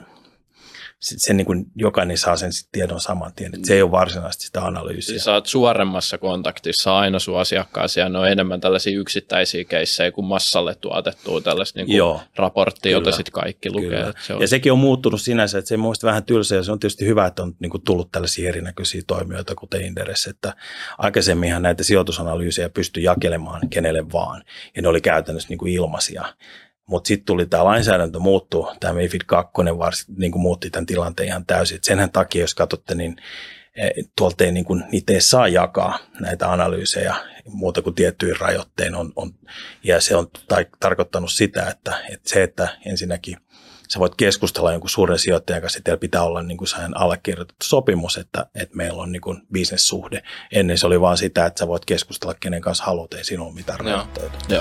sen niin kuin jokainen saa sen tiedon saman tien, että se ei ole varsinaisesti sitä analyysiä. Sä oot suoremmassa kontaktissa aina sun asiakkaasi ja ne on enemmän tällaisia yksittäisiä keissejä kuin massalle tuotettua tällaista niin kuin raporttia, jota sitten kaikki lukee. Se on... Ja sekin on muuttunut sinänsä, että se muista vähän tylsä ja se on tietysti hyvä, että on niin kuin tullut tällaisia erinäköisiä toimijoita kuten Inderes, että aikaisemminhan näitä sijoitusanalyysejä pystyi jakelemaan kenelle vaan ja ne oli käytännössä niin kuin ilmaisia. Mutta sitten tuli tämä lainsäädäntö muuttuu, tämä MiFID kaksi varsin niin kuin muutti tämän tilanteen ihan täysin. Et senhän takia, jos katsotte, niin tuolta ei, niin kuin, niitä ei saa jakaa näitä analyysejä muuta kuin tiettyin rajoittein. On, on, ja se on ta- tarkoittanut sitä, että, että se, että ensinnäkin sä voit keskustella jonkun suuren sijoittajan kanssa, että pitää olla niin kuin allekirjoitettu sopimus, että, että meillä on niin kuin business-suhde. Ennen se oli vaan sitä, että sä voit keskustella kenen kanssa haluat, ei sinulla ole mitään rajoitteita. Joo.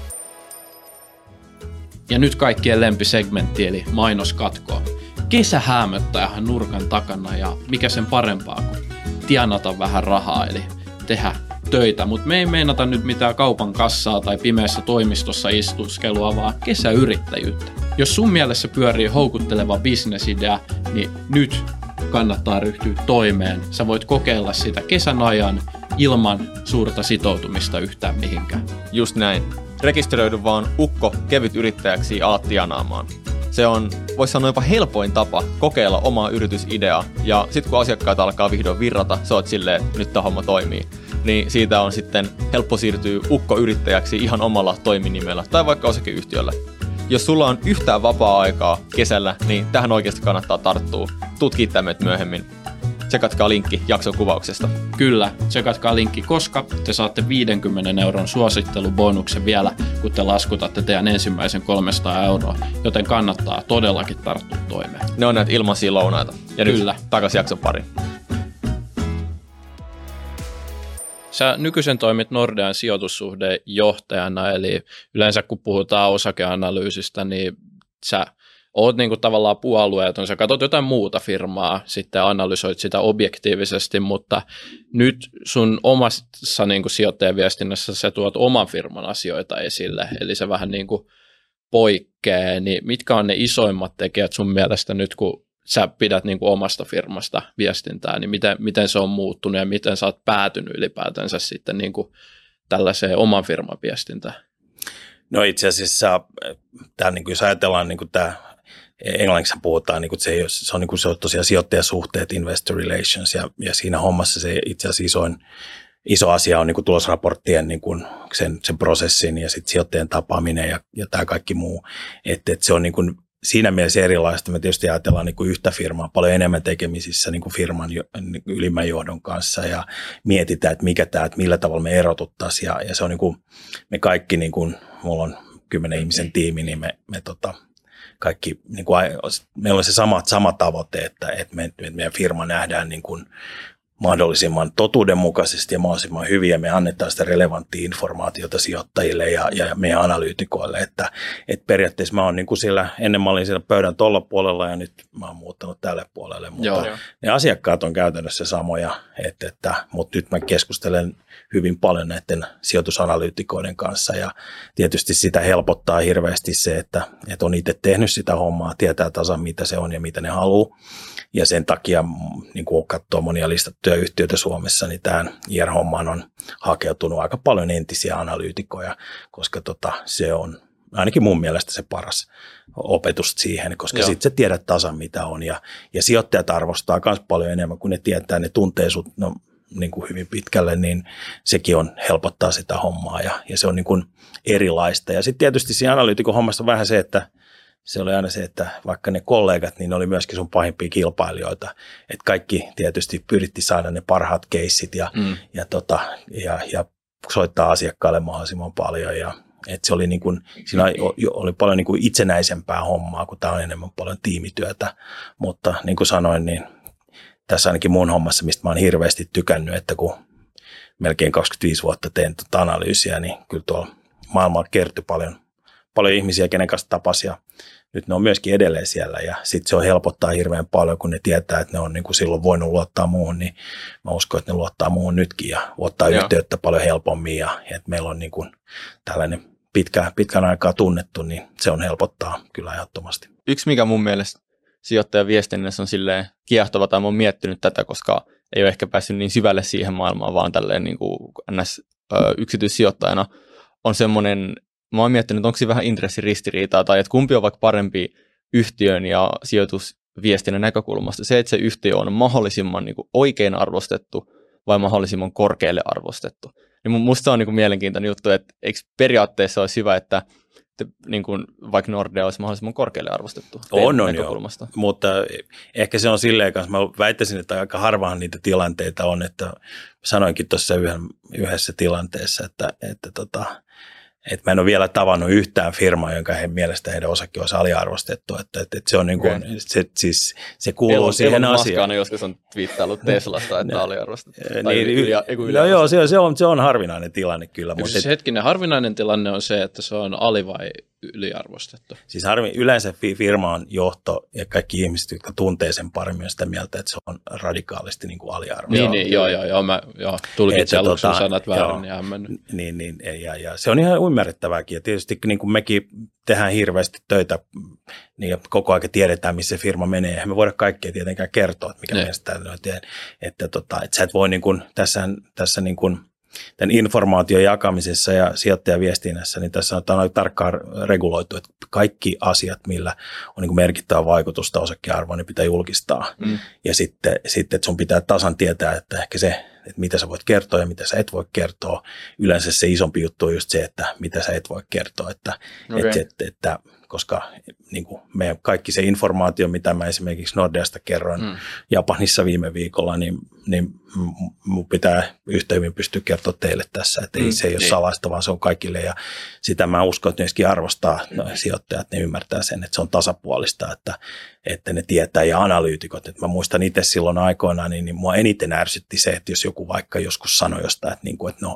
Ja nyt kaikkien lempisegmentti eli mainoskatko. Kesä häämöttää ihan nurkan takana ja mikä sen parempaa kuin tienata vähän rahaa eli tehdä töitä. Mutta me ei meinata nyt mitään kaupan kassaa tai pimeässä toimistossa istuskelua, vaan kesäyrittäjyyttä. Jos sun mielessä pyörii houkutteleva bisnesidea, niin nyt kannattaa ryhtyä toimeen. Sä voit kokeilla sitä kesän ajan ilman suurta sitoutumista yhtään mihinkään. Just näin. Rekisteröidy vaan ukko kevyt yrittäjäksi ja alat tienaamaan. Se on, voisi sanoa jopa helpoin tapa kokeilla omaa yritysideaa, ja sitten kun asiakkaat alkaa vihdoin virrata, sä oot silleen, että nyt tämä homma toimii. Niin siitä on sitten helppo siirtyä ukko-yrittäjäksi ihan omalla toiminimellä tai vaikka osakeyhtiöllä. Jos sulla on yhtään vapaa-aikaa kesällä, niin tähän oikeasti kannattaa tarttua. Tuut kiittää meitä myöhemmin. Tsekatkaa linkki jakson kuvauksesta. Kyllä, tsekatkaa linkki, koska te saatte viidenkymmenen euron suosittelubonuksen vielä, kun te laskutatte teidän ensimmäisen kolmesataa euroa, joten kannattaa todellakin tarttua toimeen. Ne on näitä ilmaisia lounaita. Ja Kyllä. nyt takaisin jakson pariin. Sä nykyisen toimit Nordean sijoitussuhdejohtajana, eli yleensä kun puhutaan osakeanalyysistä, niin sä oot niin kuin tavallaan puolueeton, sä katsot jotain muuta firmaa, sitten analysoit sitä objektiivisesti, mutta nyt sun omassa niin kuin sijoittajaviestinnässä sä tuot oman firman asioita esille, eli se vähän niin kuin poikkeaa, niin mitkä on ne isoimmat tekijät sun mielestä nyt, kun sä pidät niin kuin omasta firmasta viestintää, niin miten, miten se on muuttunut ja miten sä oot päätynyt ylipäätänsä sitten niin kuin tällaiseen oman firman viestintään? No itse asiassa, tämä, niin kuin jos ajatellaan niin kuin tämä, englanniksi puhutaan, niin kuin se, se, on, niin kuin se on tosiaan sijoittajasuhteet, investor relations, ja, ja siinä hommassa se itse asiassa isoin, iso asia on niin kuin tulosraporttien niin kuin sen, sen prosessin ja sitten sijoittajien tapaaminen ja, ja tämä kaikki muu, että et se on niin kuin siinä mielessä erilaista. Me tietysti ajatellaan niin kuin yhtä firmaa paljon enemmän tekemisissä niin kuin firman niin kuin ylimmän johdon kanssa ja mietitään, että mikä tämä, että millä tavalla me erotuttaisiin. Ja, ja se on niin kuin, me kaikki, niin kuin, mulla on kymmenen ihmisen tiimi, niin me, me tota, kaikki, niin kuin, meillä on se sama, sama tavoite, että, että, me, että meidän firma nähdään niin kuin mahdollisimman totuudenmukaisesti ja mahdollisimman hyvin, ja me annetaan sitä relevanttia informaatiota sijoittajille ja, ja meidän analyytikoille, että, että periaatteessa mä oon niin kuin siellä, ennen mä olin siellä pöydän tuolla puolella ja nyt mä oon muuttanut tälle puolelle, mutta Joo. ne asiakkaat on käytännössä samoja, että, että, mutta nyt mä keskustelen hyvin paljon näiden sijoitusanalyytikoiden kanssa, ja tietysti sitä helpottaa hirveästi se, että, että on itse tehnyt sitä hommaa, tietää tasan mitä se on ja mitä ne haluaa, ja sen takia, niin kun katsoo monia listattuja yhtiöitä Suomessa, niin tähän I R-hommaan on hakeutunut aika paljon entisiä analyytikoja, koska tota, se on ainakin mun mielestä se paras opetus siihen, koska sitten sä tiedät tasan mitä on, ja, ja sijoittajat arvostaa myös paljon enemmän, kun ne tietää, ne tuntee sut no, niin kuin hyvin pitkälle, niin sekin on helpottaa sitä hommaa, ja, ja se on niin kuin erilaista. Ja sitten tietysti siinä analyytikon hommassa on vähän se, että se oli aina se, että vaikka ne kollegat, niin ne oli myöskin sun pahimpia kilpailijoita. Että kaikki tietysti pyritti saada ne parhaat keissit ja, mm. ja, tota, ja, ja soittaa asiakkaalle mahdollisimman paljon. Ja, että se oli niin kuin, siinä oli paljon niin kuin itsenäisempää hommaa, kun tämä on enemmän paljon tiimityötä. Mutta niin kuin sanoin, niin tässä ainakin mun hommassa, mistä mä oon hirveästi tykännyt, että kun melkein kaksikymmentäviisi vuotta teen tuota analyysiä, niin kyllä tuolla maailmalla kertyi paljon, paljon ihmisiä, kenen kanssa tapasi, ja nyt ne on myöskin edelleen siellä, ja sitten se on helpottaa hirveän paljon, kun ne tietää, että ne on niin kuin silloin voinut luottaa muuhun, niin mä uskon, että ne luottaa muuhun nytkin ja ottaa Joo. yhteyttä paljon helpommin, ja että meillä on niin kuin tällainen pitkä, pitkän aikaa tunnettu, niin se on helpottaa kyllä ehdottomasti. Yksi, mikä mun mielestä sijoittajan viestinnässä on silleen kiehtova, tai mä oon miettinyt tätä, koska ei ole ehkä päässyt niin syvälle siihen maailmaan, vaan tälleen niin kuin ns. Yksityissijoittajana on semmoinen. Mä oon miettinyt, että onko siinä vähän intressiristiriitaa, tai että kumpi on vaikka parempi yhtiön ja sijoitusviestinnän näkökulmasta. Se, että se yhtiö on mahdollisimman niin kuin oikein arvostettu vai mahdollisimman korkealle arvostettu. Niin musta on niin kuin mielenkiintoinen juttu, että eikö periaatteessa olisi hyvä, että niin kuin vaikka Nordea olisi mahdollisimman korkealle arvostettu on, on joo, mutta ehkä se on silleen kanssa, mä väittäisin, että aika harvahan niitä tilanteita on, että sanoinkin tuossa yhdessä tilanteessa, että, että tota, että mä en ole vielä tavannut yhtään firmaa, jonka he mielestä heidän osakki olisi aliarvostettu, että, että, että se on niin kuin, okay. se, siis, se kuuluu Elon, siihen Elon asiaan. Elon joskus on twiittaillut Teslasta, että aliarvostettu. Niin, yli, yli, no joo, se on, se, on, se on harvinainen tilanne kyllä. Mutta siis hetkinen, harvinainen tilanne on se, että se on ali- vai yliarvostettu? Siis harvi, yleensä firman johto ja kaikki ihmiset, jotka tuntee sen paremmin, on sitä mieltä, että se on radikaalisti niin kuin aliarvostettu. Niin, niin, joo, joo, joo, mä joo, tulkitsen aluksi tota, sanat väärin ja hämmennyt. Niin, niin, ja, ja se on ihan ymmärrettävääkin, ja tietysti niin kuin mekin tehdään hirveästi töitä, niin koko ajan tiedetään, missä se firma menee, eihän me voida kaikkea tietenkään kertoa, että mikä meidän sitä on, että, että, tota, että sä et voi niin kuin, tässä, tässä niin kuin, tämän informaation jakamisessa ja sijoittajaviestinnässä, niin tässä on tarkkaan reguloitu, että kaikki asiat, millä on niin kuin merkittävä vaikutusta osakkearvoon, niin pitää julkistaa. Mm. Ja sitten, sitten, että sun pitää tasan tietää, että ehkä se, että mitä sä voit kertoa ja mitä sä et voi kertoa. Yleensä se isompi juttu on just se, että mitä sä et voi kertoa, että, okay. että, että, että koska niin kuin meidän kaikki se informaatio, mitä mä esimerkiksi Nordeasta kerroin mm. Japanissa viime viikolla, niin, niin mun pitää yhtä hyvin pystyä kertoa teille tässä, että ei, mm. se ei ole niin. salaista, vaan se on kaikille, ja sitä mä uskon, että myöskin arvostaa no, sijoittajat, ne ymmärtää sen, että se on tasapuolista, että, että ne tietää, ja analyytikot, että mä muistan itse silloin aikoinaan, niin, niin mua eniten ärsytti se, että jos joku vaikka joskus sanoi jostain, että, niin kuin, että no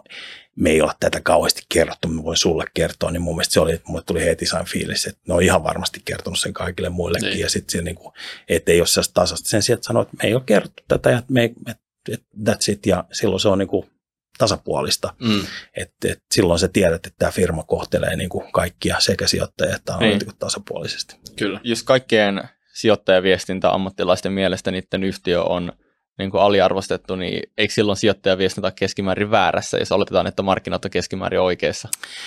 me ei olla tätä kauheasti kerrottu, mä voin sulle kertoa, niin mun mielestä se oli, että mulle tuli heti sain fiilis, että ne on ihan varmasti kertonut sen kaikille muillekin, niin. Ja sitten se niin kuin, ettei ole sellaista tasasta. Sen sijaan, että sanoo, että me ei ole kerrottu tätä, ja me, et, that's it, ja silloin se on niin kuin tasapuolista. Mm. Että et silloin sä tiedät, että tämä firma kohtelee niin kuin kaikkia sekä sijoittajia että analyytikot tasapuolisesti. Kyllä. Just kaikkien sijoittajaviestintä-ammattilaisten mielestä niiden yhtiö on niin kuin aliarvostettu, niin eikö silloin sijoittajaviestintä ole keskimäärin väärässä, jos oletetaan, että markkinat on keskimäärin oikeassa?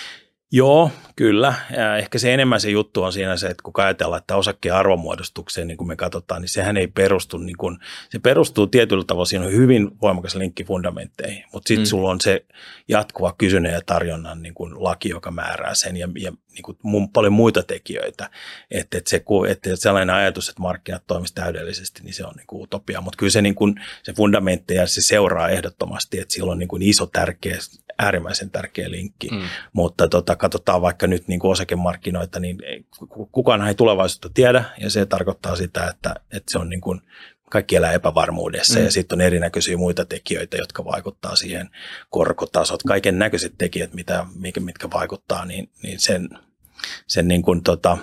Joo, kyllä. Ja ehkä se enemmän se juttu on siinä se, että kun ajatellaan, että osakkeen arvonmuodostukseen, niin kuin me katsotaan, niin sehän ei perustu, niin kuin, se perustuu tietyllä tavalla, siinä on hyvin voimakas linkki fundamentteihin, mutta sitten mm. sulla on se jatkuva kysynnän ja tarjonnan niin kuin laki, joka määrää sen ja, ja niin kuin mun, paljon muita tekijöitä, että et se, et sellainen ajatus, että markkinat toimisi täydellisesti, niin se on niin kuin utopia, mutta kyllä se, niin kuin, se fundamentteja se seuraa ehdottomasti, että sillä on niin kuin iso tärkeä, äärimmäisen tärkeä linkki, mm. mutta tota, katsotaan vaikka nyt niin kuin osakemarkkinoita, niin kukaan ei tulevaisuutta tiedä, ja se tarkoittaa sitä, että, että se on niin kuin kaikki elää epävarmuudessa, mm. ja sitten on erinäköisiä muita tekijöitä, jotka vaikuttaa siihen, korkotasot, kaiken näköiset tekijät, mitä, mitkä vaikuttaa, niin, niin sen, sen niin kuin tota,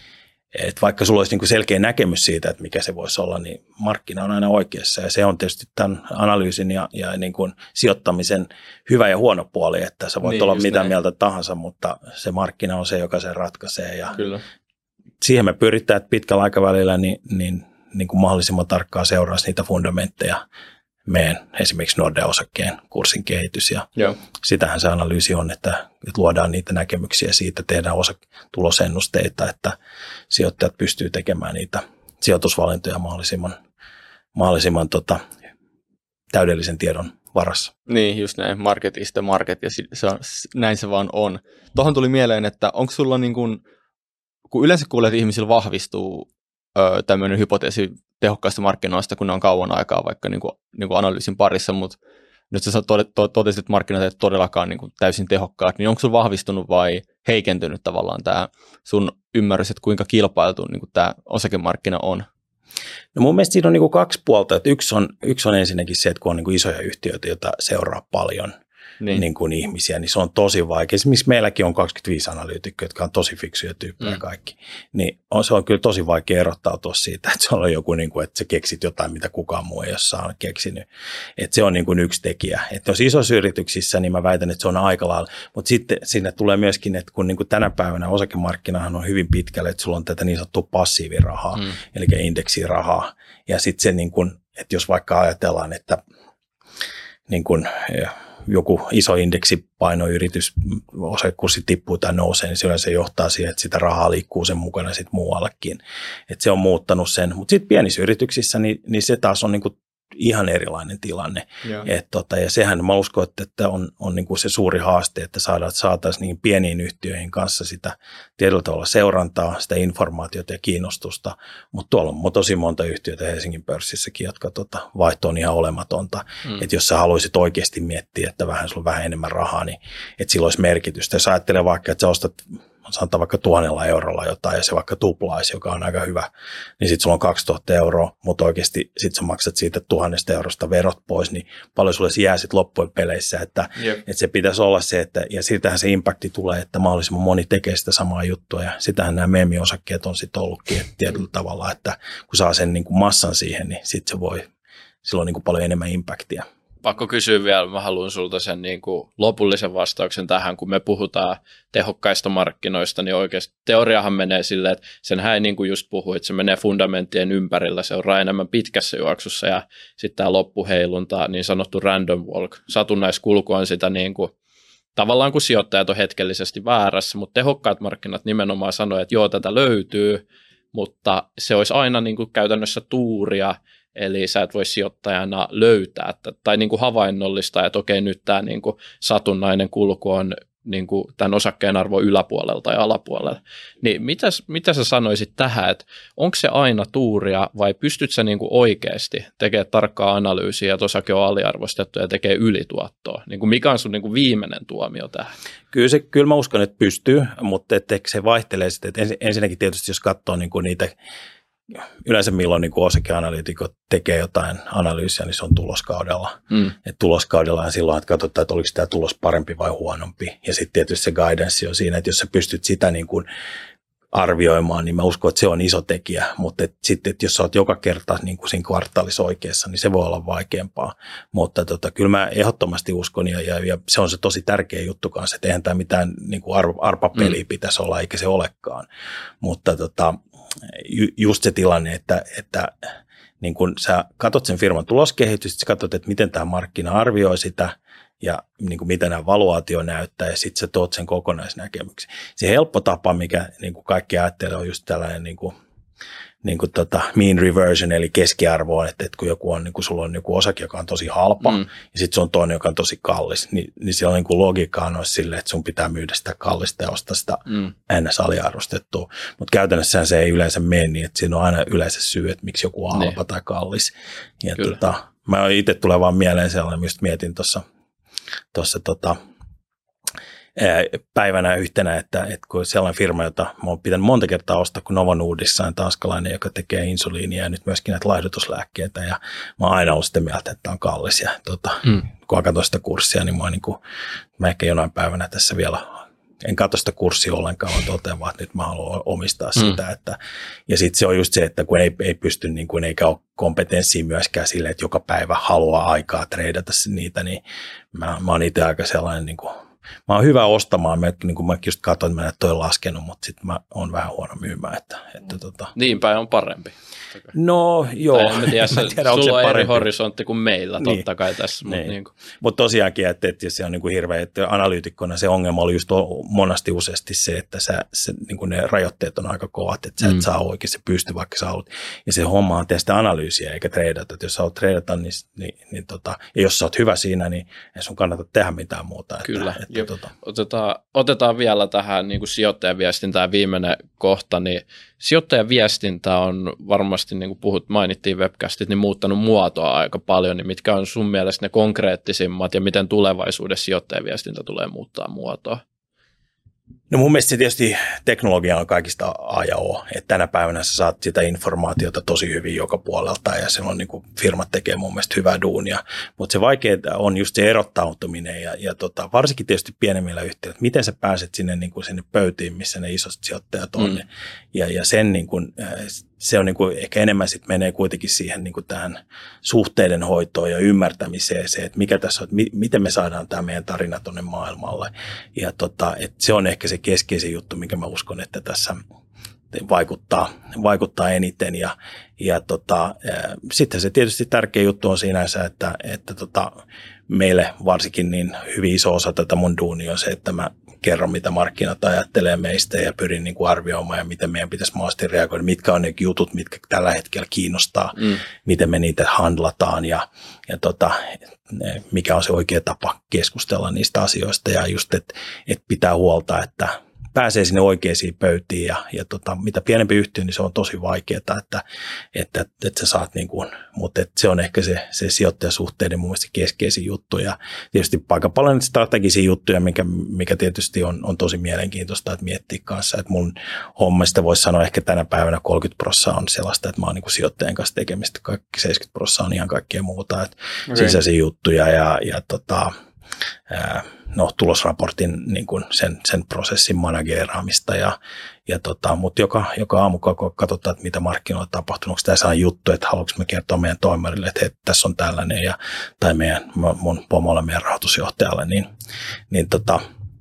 että vaikka sulla olisi niin kuin selkeä näkemys siitä, että mikä se voisi olla, niin markkina on aina oikeassa. Ja se on tietysti tämän analyysin ja, ja niin kuin sijoittamisen hyvä ja huono puoli, että sä voit niin, olla mitä näin. Mieltä tahansa, mutta se markkina on se, joka sen ratkaisee. Ja Kyllä. siihen me pyritään, että pitkällä aikavälillä niin, niin, niin kuin mahdollisimman tarkkaan seuraisi niitä fundamentteja meidän esimerkiksi Nordea-osakkeen kurssin kehitys. Ja Joo. sitähän se analyysi on, että, että luodaan niitä näkemyksiä siitä, tehdään osatulosennusteita, että sijoittajat pystyy tekemään niitä sijoitusvalintoja mahdollisimman, mahdollisimman tota, täydellisen tiedon varassa. Niin, just näin. Market is the market, ja se on, näin se vaan on. Tuohon tuli mieleen, että onko sulla niin kuin, kun yleensä kuulee, että ihmisillä vahvistuu öö, tämmöinen hypoteesi tehokkaista markkinoista, kun ne on kauan aikaa vaikka niin kuin, niin kuin analyysin parissa, mutta nyt sä totesit, että markkinat eivät todellakaan niin kuin täysin tehokkaat, niin onko sulla vahvistunut vai heikentynyt tavallaan tämä sun ymmärrys, että kuinka kilpailtu niin kuin tämä osakemarkkina on? No mun mielestä siinä on niin kuin kaksi puolta, että yksi on, yksi on ensinnäkin se, että kun on niin kuin isoja yhtiöitä, joita seuraa paljon, Niin. Niin kuin ihmisiä, niin se on tosi vaikea. Esimerkiksi meilläkin on kaksikymmentäviisi analyytikkoja, jotka on tosi fiksuja tyyppejä mm. kaikki. Niin on, se on kyllä tosi vaikea erottautua siitä, että se on joku, niin kuin, että sä keksit jotain, mitä kukaan muu ei ole saanut keksinyt. Että se on niin kuin yksi tekijä. Että jos isoissa yrityksissä, niin mä väitän, että se on aika lailla. Mutta sitten sinne tulee myöskin, että kun niin kuin tänä päivänä osakemarkkinahan on hyvin pitkälle, että sulla on tätä niin sanottua passiivirahaa, mm. eli indeksirahaa. Ja sitten se, niin kuin, että jos vaikka ajatellaan, että niin kuin joku iso indeksipainoyritys, osakekurssi tippuu tai nousee, niin silloin se johtaa siihen, että sitä rahaa liikkuu sen mukana sitten muuallekin. Että se on muuttanut sen. Mutta sitten pienissä yrityksissä, niin, niin se taas on niinku ihan erilainen tilanne. Et tota, ja sehän mä uskon, että, että on, on niinku se suuri haaste, että saadaan, saataisiin niin pieniin yhtiöihin kanssa sitä tietyllä tavalla seurantaa, sitä informaatiota ja kiinnostusta. Mutta tuolla on tosi monta yhtiötä Helsingin pörssissäkin, jotka tota, vaihto on ihan olematonta. Mm. Että jos sä haluaisit oikeasti miettiä, että vähän sulla on vähän enemmän rahaa, niin että sillä olisi merkitystä. Jos ajattelee vaikka, että sä ostat sanotaan vaikka tuhannella eurolla jotain ja se vaikka tuplaisi, joka on aika hyvä, niin sitten sulla on kaksituhatta euroa, mutta oikeasti sitten sä maksat siitä tuhannesta eurosta verot pois, niin paljon sulle jää sitten loppujen peleissä, että, yep. että se pitäisi olla se, että, ja siltähän se impakti tulee, että mahdollisimman moni tekee sitä samaa juttua, ja sitähän nämä meemiosakkeet on sitten ollutkin että tietyllä tavalla, että kun saa sen niin kuin massan siihen, niin sitten se voi, sillä on niin kuin paljon enemmän impaktia. Pakko kysyä vielä, mä haluan sulta sen niin kuin lopullisen vastauksen tähän, kun me puhutaan tehokkaista markkinoista, niin oikeasti teoriahan menee silleen, että senhän ei niin kuin just puhu, että se menee fundamenttien ympärillä, seuraa enemmän pitkässä juoksussa ja sitten tämä loppuheilunta, niin sanottu random walk, satunnaiskulku on sitä niin kuin, tavallaan kun sijoittajat on hetkellisesti väärässä, mutta tehokkaat markkinat nimenomaan sanoo, että joo, tätä löytyy, mutta se olisi aina niin kuin käytännössä tuuria. Eli sä et voi sijoittajana löytää tai niin kuin havainnollistaa, että okei, nyt tämä niin kuin satunnainen kulku on niin kuin tämän osakkeen arvo yläpuolella tai alapuolella. Niin mitä, mitä sä sanoisit tähän, että onko se aina tuuria vai pystyt sä niin kuin oikeasti tekemään tarkkaa analyysiä, että osake on aliarvostettu ja tekee ylituottoa? Niin kuin mikä on sun niin kuin viimeinen tuomio tähän? Kyllä, se, kyllä mä uskon, että pystyy, mutta että se vaihtelee sitten. Että ensinnäkin tietysti, jos katsoo niin kuin niitä yleensä milloin niin osakeanalyytikot tekee jotain analyysiä, niin se on tuloskaudella. Mm. Et tuloskaudella silloin, että katsotaan, että oliko tämä tulos parempi vai huonompi. Ja sitten tietysti se guidance on siinä, että jos sä pystyt sitä niin kuin arvioimaan, niin mä uskon, että se on iso tekijä, mutta et sitten, että jos sä oot joka kerta niin kuin siinä kvartaalissa oikeassa, niin se voi olla vaikeampaa, mutta tota, kyllä mä ehdottomasti uskon, ja, ja, ja se on se tosi tärkeä juttu kanssa, että eihän tämä mitään niin kuin ar, arpapeliä mm. pitäisi olla, eikä se olekaan, mutta tota, ju, just se tilanne, että, että niin kun sä katsot sen firman tuloskehitystä, sä katsot, että miten tämä markkina arvioi sitä, ja niin kuin mitä nämä valuaatio näyttää, ja sitten sä tuot sen kokonaisnäkemyksen. Se helppo tapa, mikä niin kuin kaikki ajattelee, on just tällainen niin kuin, niin kuin tota mean reversion, eli keskiarvoon, että, että kun joku on, niin kuin sulla on joku osake, joka on tosi halpa, mm. ja sitten se on toinen, joka on tosi kallis, niin, niin siellä on niin kuin logiikkaa noissa silleen, että sun pitää myydä sitä kallista ja ostaa sitä mm. ns. Aliarvostettua. Mutta käytännössä se ei yleensä mene niin, että siinä on aina yleensä syy, että miksi joku on halpa ne. tai kallis. Ja tota, mä itse tulee vaan mieleen sellainen, mistä mietin tuossa tuossa tota, päivänä yhtenä, että, että kun sellainen firma, jota mä oon pitänyt monta kertaa ostaa, kun Novo Nordisk on tanskalainen, joka tekee insuliinia ja nyt myöskin näitä laihdutuslääkkeitä, ja mä oon aina ollut sitä mieltä, että on kallis, ja tota, mm. kun mä katson sitä kurssia, niin mä, niin kuin, mä ehkä jonain päivänä tässä vielä, en katso sitä kurssia ollenkaan, vaan totean vaan, että nyt mä haluan omistaa mm. sitä, että, ja sitten se on just se, että kun ei, ei pysty, niin kuin, eikä ole kompetenssia myöskään sille, että joka päivä haluaa aikaa treidata niitä, niin mä, mä oon itse aika sellainen, niin kuin, mä oon hyvä ostamaan, mä, niin kuin mä just katsoin, että mä en toi on laskenut, mutta sitten mä oon vähän huono myymään. Että, että, tota. Niin päin on parempi. No joo. Tai en tiedä, mä tiedä, sulla on eri horisontti kuin meillä niin. Totta kai tässä. Niin. Mutta niin Mut tosiaankin, että, että se on niin kuin hirveä, että analyytikkona se ongelma oli just monasti useasti se, että sä, se, niin kuin ne rajoitteet on aika kovat, että sä et mm. saa oikeasti pysty, vaikka sä haluat. Ja se homma on tehdä sitä analyysiä eikä treidata. Että jos sä haluat treidata, niin, niin, niin tota, ja jos sä oot hyvä siinä, niin ei sun kannata tehdä mitään muuta. Että, Kyllä. Että, että, tota. otetaan, otetaan vielä tähän niin kuin sijoittajaviestintään viimeinen kohta, niin sijoittajaviestintä on varmasti, niin kuin puhut, mainittiin webcastit, niin muuttanut muotoa aika paljon, niin mitkä on sun mielestä ne konkreettisimmat ja miten tulevaisuudessa sijoittajaviestintä tulee muuttaa muotoa? No mun mielestä tietysti teknologia on kaikista A ja O, että tänä päivänä sä saat sitä informaatiota tosi hyvin joka puolelta ja silloin niin kuin firmat tekee mun mielestä hyvää duunia, mutta se vaikea on just se erottautuminen ja, ja tota, varsinkin tietysti pienemmillä yhtiöillä, miten sä pääset sinne, niin kuin sinne pöytiin, missä ne isot sijoittajat on mm. ja, ja sen niin kuin, se on niin kuin, ehkä enemmän sitten menee kuitenkin siihen niin kuin tähän suhteiden hoitoon ja ymmärtämiseen se, että mikä tässä on, että mi, miten me saadaan tämä meidän tarina tuonne maailmalle ja tota, että se on ehkä se keskeisin juttu, minkä mä uskon, että tässä vaikuttaa, vaikuttaa eniten. Ja, ja tota, sitten se tietysti tärkeä juttu on sinänsä, että, että tota, meille varsinkin niin hyvin iso osa tätä mun duunia on se, että mä kerron, mitä markkinat ajattelee meistä ja pyrin niin kuin arvioimaan ja miten meidän pitäisi maasti reagoida, mitkä on ne jutut, mitkä tällä hetkellä kiinnostaa, mm. miten me niitä handlataan ja, ja tota, mikä on se oikea tapa keskustella niistä asioista ja just, että et pitää huolta, että pääsee sinne oikeisiin pöytiin ja, ja tota, mitä pienempi yhtiö, niin se on tosi vaikeaa, että, että, että, että sä saat niin kuin, mutta että se on ehkä se, se sijoittajasuhteiden mun mielestä keskeisin juttu ja tietysti aika paljon strategisia juttuja, mikä, mikä tietysti on, on tosi mielenkiintoista, että miettiä kanssa, että mun hommasta voisi sanoa ehkä tänä päivänä kolmekymmentä prosenttia on sellaista, että mä oon niin kuin sijoittajien kanssa tekemistä, kaikki seitsemänkymmentä prosenttia on ihan kaikkea muuta, että okay. sisäisiä juttuja ja, ja tota, ää, no, tulosraportin niin kuin sen, sen prosessin manageeraamista, ja, ja tota, mutta joka, joka aamu katsotaan, että mitä markkinoilla tapahtuu, onko tässä on juttu, että haluanko me kertoa meidän toimarille, että hei, tässä on tällainen, ja, tai meidän, mun pomolle, meidän rahoitusjohtajalle, niin, niin tota,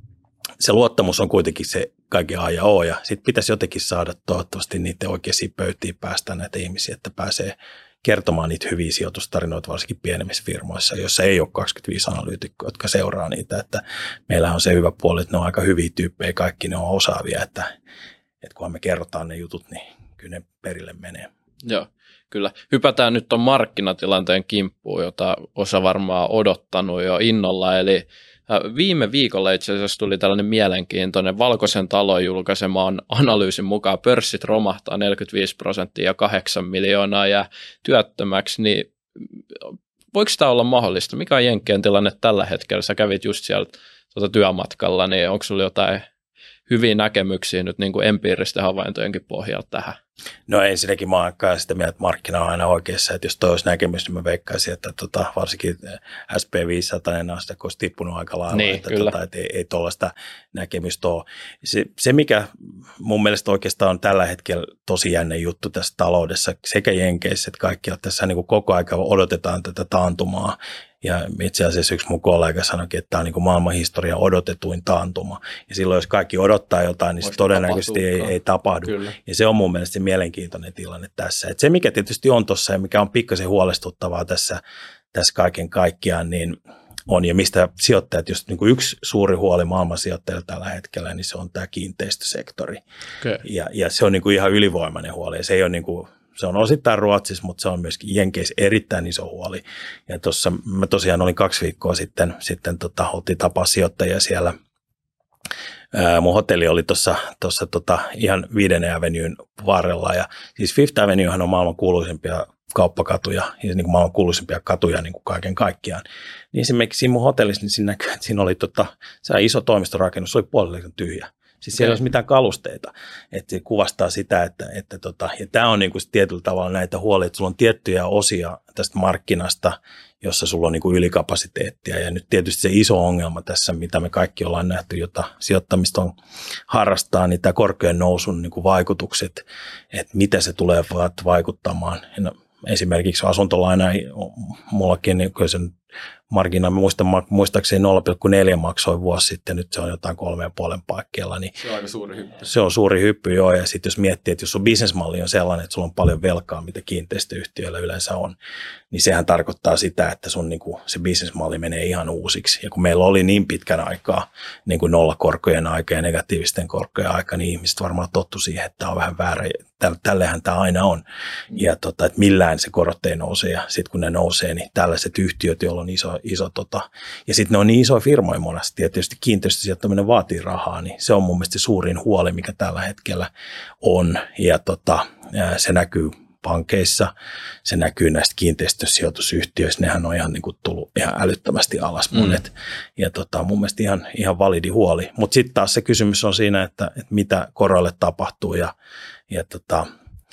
se luottamus on kuitenkin se kaikki A ja O, ja sitten pitäisi jotenkin saada toivottavasti niiden oikeisiin pöytiin päästä näitä ihmisiä, että pääsee kertomaan niitä hyviä sijoitustarinoita, varsinkin pienemmissä firmoissa, joissa ei ole kaksikymmentäviisi analyytikkoa, jotka seuraa niitä, että meillä on se hyvä puoli, että ne on aika hyviä tyyppejä, kaikki ne on osaavia, että, että kunhan me kerrotaan ne jutut, niin kyllä ne perille menee. Joo, kyllä. Hypätään nyt tuon markkinatilanteen kimppuun, jota osa varmaan odottanut jo innolla, eli viime viikolla itse asiassa tuli tällainen mielenkiintoinen Valkoisen talon julkaisemaan analyysin mukaan pörssit romahtaa neljäkymmentäviisi prosenttia ja kahdeksan miljoonaa ja työttömäksi, niin voiko tämä olla mahdollista? Mikä on Jenkkien tilanne tällä hetkellä? Sä kävit just siellä tuota työmatkalla, niin onko sulla jotain hyviä näkemyksiä nyt niin kuin empiiristen havaintojenkin pohjalta tähän? No ensinnäkin mä oon sitä mieltä, että markkina on aina oikeassa, että jos toi olisi näkemys, niin mä veikkaisin, että tota, varsinkin S P viisisataa aste olisi tippunut aika lailla, niin, että, tota, että ei, ei tuollaista näkemystä ole. Se, se, mikä mun mielestä oikeastaan on tällä hetkellä tosi jännä juttu tässä taloudessa, sekä Jenkeissä että kaikkialla tässä niin kuin koko aika odotetaan tätä taantumaa. Ja itse asiassa yksi mun kollega sanoikin, että tämä on niin kuin maailman historian odotetuin taantuma. Ja silloin, jos kaikki odottaa jotain, niin se todennäköisesti ei, ei tapahdu. Kyllä. Ja se on mun mielestä se mielenkiintoinen tilanne tässä. Et se, mikä tietysti on tuossa ja mikä on pikkasen huolestuttavaa tässä, tässä kaiken kaikkiaan, niin on, ja mistä sijoittajat, just niin kuin yksi suuri huoli maailman sijoittajilla tällä hetkellä, niin se on tämä kiinteistösektori. Okay. Ja, ja se on niin kuin ihan ylivoimainen huoli. Ja se ei ole niin kuin Se on osittain Ruotsissa, mutta se on myöskin Jenkeissä erittäin iso huoli. Ja tuossa mä tosiaan olin kaksi viikkoa sitten, sitten tota, oltiin tapaa sijoittajia siellä. Ää, mun hotelli oli tuossa tota, ihan Viidennen Avenuen varrella. Ja siis Fifth Avenuehan on maailman kuuluisimpia kauppakatuja ja niin kuin maailman kuuluisimpia katuja niin kuin kaiken kaikkiaan. Niin esimerkiksi siinä mun hotellissa, niin siinä näkyy, että siinä oli tota, se iso toimistorakennus, se oli puolella tyhjä. Siis siellä ei olisi mitään kalusteita, että se kuvastaa sitä, että, että tota, ja tämä on niin kuin tietyllä tavalla näitä huolia, että sulla on tiettyjä osia tästä markkinasta, jossa sulla on niin kuin ylikapasiteettia, ja nyt tietysti se iso ongelma tässä, mitä me kaikki ollaan nähty, jota sijoittamista on harrastaa, niin tämä korkean nousun niin kuin vaikutukset, että mitä se tulee vaikuttamaan. No, esimerkiksi asuntolaina, mullakin niin sen markkina, muista, muistaakseni nolla pilkku neljä maksoi vuosi sitten, nyt se on jotain kolmeen puolen paikkeilla. Niin se on aika suuri hyppy. Se on suuri hyppy, joo, ja sitten jos miettii, että jos sun bisnesmalli on sellainen, että sulla on paljon velkaa, mitä kiinteistöyhtiöillä yleensä on, niin sehän tarkoittaa sitä, että sun niin kuin, se bisnesmalli menee ihan uusiksi. Ja kun meillä oli niin pitkän aikaa, niin kuin nollakorkojen aika ja negatiivisten korkojen aika, niin ihmiset varmaan tottu siihen, että tämä on vähän väärä. Tällehän tämä aina on. Ja tota, että millään se korot ei nouse, ja sitten kun ne nousee, niin tällaiset yhtiöt, joilla on iso, iso tota, ja sitten ne on niin isoja firmoja monesti, ja tietysti kiinteistösijoittaminen vaatii rahaa, niin se on mun mielestä suurin huoli, mikä tällä hetkellä on, ja tota, se näkyy pankeissa, se näkyy näistä kiinteistösijoitusyhtiöistä, nehän on ihan niin kuin tullut ihan älyttömästi alas monet, mm. ja tota, mun mielestä ihan, ihan validi huoli, mutta sitten taas se kysymys on siinä, että, että mitä koroille tapahtuu, ja, ja tota,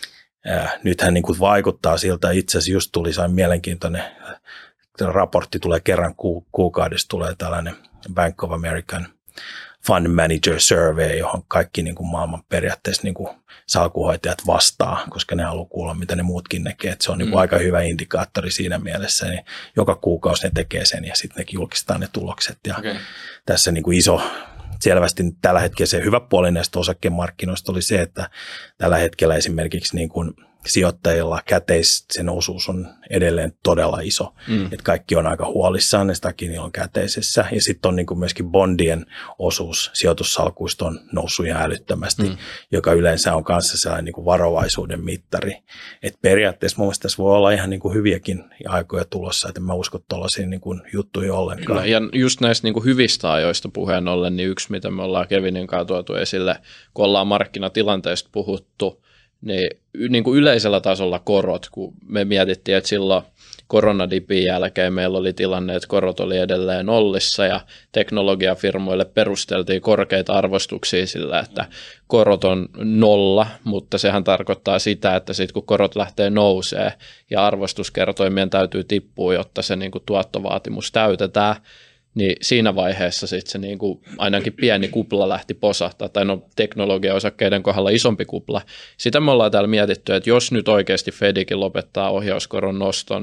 ää, nythän niin kuin vaikuttaa siltä, itse asiassa just tuli sain mielenkiintoinen raportti, tulee kerran ku, kuukaudessa, tulee tällainen Bank of American Fund Manager Survey, johon kaikki niin kuin maailman periaatteessa niin kuin salkuhoitajat vastaa, koska ne haluaa kuulla, mitä ne muutkin näkee. Että se on niin kuin mm. aika hyvä indikaattori siinä mielessä. Niin joka kuukausi ne tekee sen ja sitten ne julkistaa ne tulokset. Ja okay. Tässä niin kuin iso, selvästi tällä hetkellä se hyvä puoli näistä osakemarkkinoista oli se, että tällä hetkellä esimerkiksi niin kuin sijoittajilla käteis, sen osuus on edelleen todella iso. Mm. Että kaikki on aika huolissaan, ne sitäkin niillä on käteisessä. Ja sitten on niin kuin myöskin bondien osuus sijoitussalkuista on noussut ihan älyttömästi, mm. joka yleensä on kanssa sellainen niin kuin varovaisuuden mittari. Että periaatteessa mun mielestä tässä voi olla ihan niin kuin hyviäkin aikoja tulossa, että mä uskon tuollaisia niin kuin juttuja ollenkaan. Kyllä, ja just näistä niin kuin hyvistä ajoista puheen ollen, niin yksi, mitä me ollaan Kevinin kanssa tuotu esille, kun ollaan markkinatilanteesta puhuttu, niin, niin kuin yleisellä tasolla korot, kun me mietittiin, että silloin koronadipin jälkeen meillä oli tilanne, että korot oli edelleen nollissa ja teknologiafirmoille perusteltiin korkeita arvostuksia sillä, että korot on nolla, mutta sehän tarkoittaa sitä, että sitten kun korot lähtee nousee ja arvostuskertoimien täytyy tippua, jotta se niin kuin tuottovaatimus täytetään, niin siinä vaiheessa sitten se niin kuin ainakin pieni kupla lähti posahtaa, tai no teknologiaosakkeiden kohdalla isompi kupla. Sitä me ollaan täällä mietitty, että jos nyt oikeasti Fedikin lopettaa ohjauskoron noston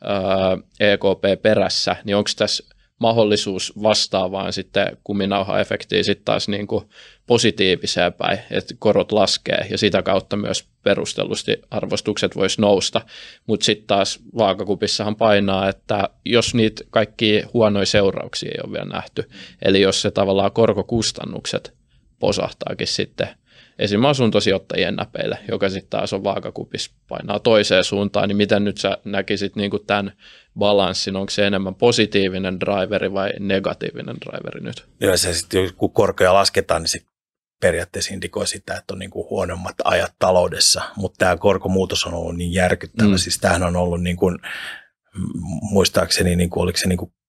ää, E K P perässä, niin onko tässä mahdollisuus vastaavaan sitten kuminauha-efektiin sitten taas niin kuin positiiviseen päin, että korot laskee ja sitä kautta myös perustellusti arvostukset vois nousta, mutta sitten taas vaakakupissahan painaa, että jos niitä kaikki huonoja seurauksia ei ole vielä nähty, eli jos se tavallaan korkokustannukset posahtaakin sitten esimerkiksi asuntosijoittajien näpeille, joka sitten taas on vaakakupissa painaa toiseen suuntaan, niin miten nyt sä näkisit niin kuin tämän balanssin, onko se enemmän positiivinen driveri vai negatiivinen driveri nyt? Joo, se sitten kun korkoja lasketaan, niin se periaatteessa indikoi sitä, että on niin kuin huonommat ajat taloudessa, mutta tämä korkomuutos on ollut niin järkyttävä, mm. siis tämähän on ollut niin kuin, muistaakseni, niin kuin, oliko se niin kuin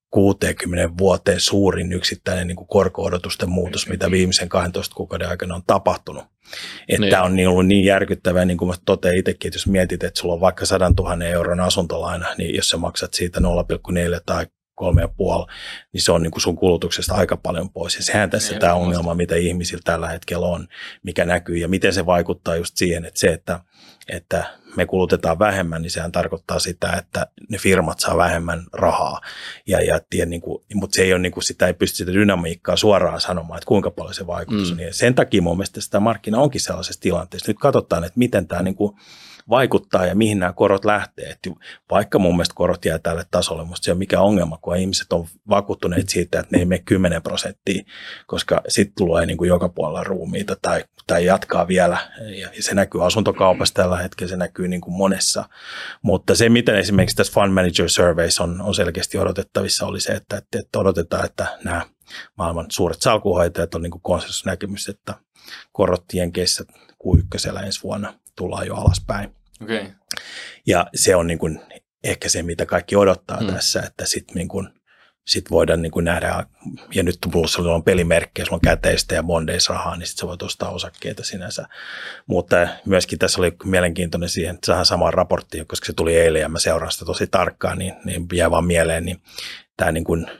kuuteenkymmeneen vuoteen suurin yksittäinen niin kuin korko-odotusten muutos, mitä viimeisen kahdentoista kuukauden aikana on tapahtunut. Että niin. Tämä on niin ollut niin järkyttävää, niin kuin mä totean itsekin, että jos mietit, että sulla on vaikka sadantuhannen euron asuntolaina, niin jos sä maksat siitä nolla pilkku neljä tai kolme ja puoli, niin se on niin kuin sun kulutuksesta aika paljon pois. Ja sehän tässä ja tämä ongelma, mitä ihmisillä tällä hetkellä on, mikä näkyy ja miten se vaikuttaa just siihen, että se, että, että me kulutetaan vähemmän, niin sehän tarkoittaa sitä, että ne firmat saa vähemmän rahaa. Ja, ja tien, niin kuin, mutta se ei ole, niin kuin, sitä ei pysty sitä dynamiikkaa suoraan sanomaan, että kuinka paljon se vaikutus mm. on. Ja sen takia mun mielestä sitä markkina onkin sellaisessa tilanteessa. Nyt katsotaan, että miten tämä niin kuin vaikuttaa ja mihin nämä korot lähtee. Että vaikka mun mielestä korot jää tälle tasolle, musta se on mikä ongelma, kun ihmiset on vakuuttuneet siitä, että ne ei mene kymmenen prosenttia, koska sitten tulee niin kuin joka puolella ruumiita tai, tai jatkaa vielä. Ja se näkyy asuntokaupassa tällä hetkellä, se näkyy niin kuin monessa. Mutta se, miten esimerkiksi tässä Fund Manager Surveys on, on selkeästi odotettavissa, oli se, että, että, että odotetaan, että nämä maailman suuret salkunhoitajat on niin kuin konsensusnäkemys, että korot Jenkeissä Q yksi ensi vuonna tullaan jo alaspäin. Okay. Ja se on niin kuin ehkä se, mitä kaikki odottaa hmm. tässä, että sitten niin kuin, sit voidaan niin kuin nähdä, ja nyt plussa on pelimerkkejä, sulla on käteistä ja bondeissa rahaa, niin sitten sä voit ostaa osakkeita sinänsä. Mutta myöskin tässä oli mielenkiintoinen siihen, että saadaan samaan raporttiin, koska se tuli eilen ja mä seuraan sitä tosi tarkkaan, niin, niin jää vaan mieleen, niin tämä niin kuin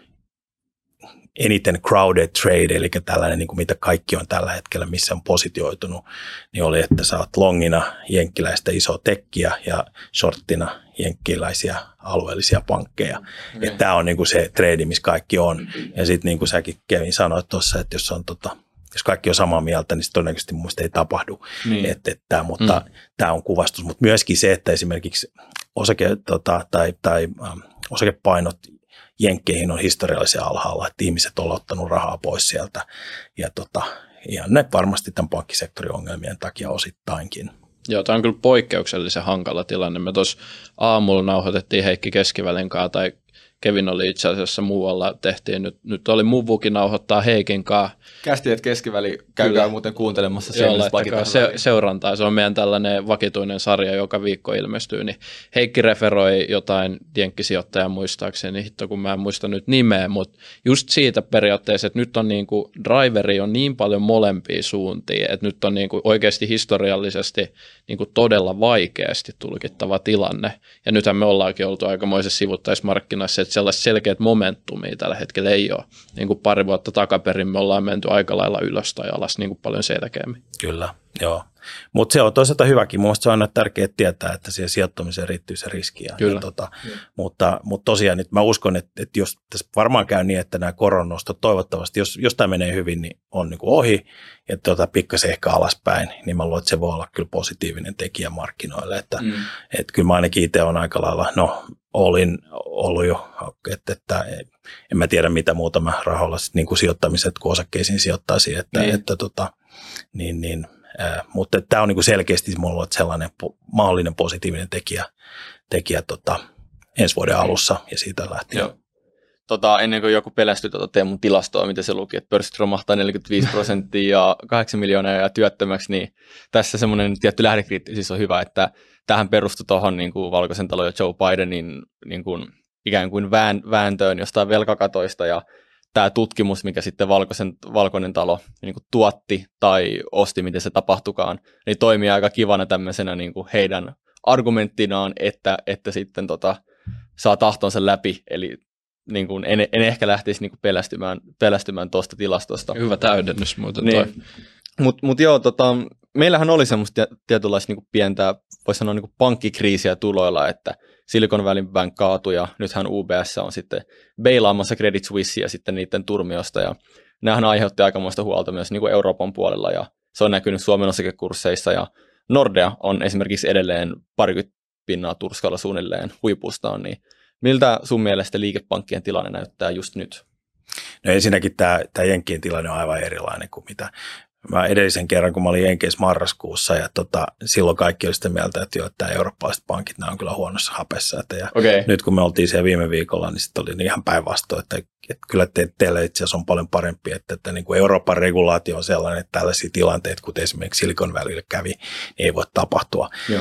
eniten crowded trade, eli tällainen, niin kuin mitä kaikki on tällä hetkellä, missä on positioitunut, niin oli, että sä oot longina jenkkiläistä isoa tekkiä ja shorttina jenkkiläisiä alueellisia pankkeja. Mm. Että tämä on niin kuin se trade, missä kaikki on. Mm. Ja sitten niin kuin säkin Kevin sanoit tuossa, että jos, on tota, jos kaikki on samaa mieltä, niin todennäköisesti mun mielestä ei tapahdu. Niin. Et, et tää, mutta mm. tämä on kuvastus. Mutta myöskin se, että esimerkiksi osake, tota, tai, tai ähm, osakepainot jenkkeihin on historiallisen alhaalla, että ihmiset on ottanut rahaa pois sieltä ja, tota, ja ne varmasti tämän pankkisektorin ongelmien takia osittainkin. Joo, tämä on kyllä poikkeuksellisen hankala tilanne. Me tuossa aamulla nauhoitettiin Heikki Keskivälin kanssa, tai Kevin oli itse asiassa muualla, tehtiin nyt, nyt oli Muvukin nauhoittaa Heikin kanssa. Kästi, että Keskiväli käykää muuten kuuntelemassa sen se, seurantaa. Se on meidän tällainen vakituinen sarja, joka viikko ilmestyy, niin Heikki referoi jotain jenkkisijoittajaa muistaakseni, hitto kun mä en muista nyt nimeä, mutta just siitä periaatteessa, että nyt on niinku, driveri on niin paljon molempia suuntia, että nyt on niinku oikeasti historiallisesti niinku todella vaikeasti tulkittava tilanne, ja nythän me ollaankin oltu aikamoisessa sivuttaismarkkinassa, että sellaiset selkeät momentumia tällä hetkellä ei ole. Niin kuin pari vuotta takaperin me ollaan menty aika lailla ylös tai alas niin kuin paljon selkeämmin. Kyllä, joo. Mutta se on toisaalta hyväkin. Mielestäni se on aina tärkeää tietää, että siihen sijoittamiseen riittyy se riski. Ja, Kyllä. Ja tota, mutta, mutta tosiaan nyt mä uskon, että, että jos tässä varmaan käy niin, että nämä koronnostot toivottavasti, jos, jos tämä menee hyvin, niin on niin kuin ohi ja tota, pikkasen ehkä alaspäin, niin mä luulen, että se voi olla kyllä positiivinen tekijä markkinoille. Että, mm. että kyllä mä ainakin itse olen aika lailla, no olin ollut jo, että, että en mä tiedä mitä muuta mä rahoilla sit, niin kuin sijoittamiset, kun osakkeisiin sijoittaisin, että, niin. että tota, niin, niin Äh, mutta tämä on niinku selkeästi mulla sellainen po- mahdollinen positiivinen tekijä, tekijä tota, ensi vuoden alussa ja siitä lähtien. Joo. Tota, ennen kuin joku pelästyi tuota Teemun tilastoa, mitä se luki, että pörssit romahtaa neljäkymmentäviisi prosenttia ja kahdeksan miljoonaa ja työttömäksi, niin tässä semmoinen tietty lähdekriittisyys on hyvä, että tähän perustui tuohon niin kuin Valkoisen talon ja Joe Bidenin niin kuin, ikään kuin vään, vääntöön jostain velkakatoista ja tämä tutkimus, mikä sitten Valkoisen, Valkoinen talo niin kuin tuotti tai osti, miten se tapahtukaan, niin toimii aika kivana tämmöisenä niin kuin heidän argumenttinaan, että, että sitten tota, saa tahtonsa läpi. Eli niin kuin en, en ehkä lähtisi niin kuin pelästymään, pelästymään tuosta tilastosta. Hyvä täydennys muuten niin. toi. Mutta mut joo, tota, meillähän oli semmoista tietynlaista niin kuin pientä, voisi sanoa niin kuin pankkikriisiä tuloilla, että Silicon Valley Bank kaatui ja nythän U B S on sitten beilaamassa Credit Suissea sitten niiden turmiosta ja näähän aiheutti aikamoista huolta myös niin kuin Euroopan puolella ja se on näkynyt Suomen osakekursseissa ja Nordea on esimerkiksi edelleen parikymmentä pinnaa turskalla suunnilleen huipustaan, niin miltä sun mielestä liikepankkien tilanne näyttää just nyt? No ensinnäkin tämä, tämä Jenkkien tilanne on aivan erilainen kuin mitä mä edellisen kerran, kun mä olin Jenkeissä marraskuussa, ja tota, silloin kaikki oli sitä mieltä, että, jo, että tämä eurooppalaiset pankit, nämä on kyllä huonossa hapessa. Että ja okay. Nyt kun me oltiin siellä viime viikolla, niin sitten oli ihan päinvastoin, että, että kyllä te, teillä itse asiassa on paljon parempi, että, että niin kuin Euroopan regulaatio on sellainen, että tällaisia tilanteita, kuten esimerkiksi Silicon Valleylle kävi, niin ei voi tapahtua. Joo.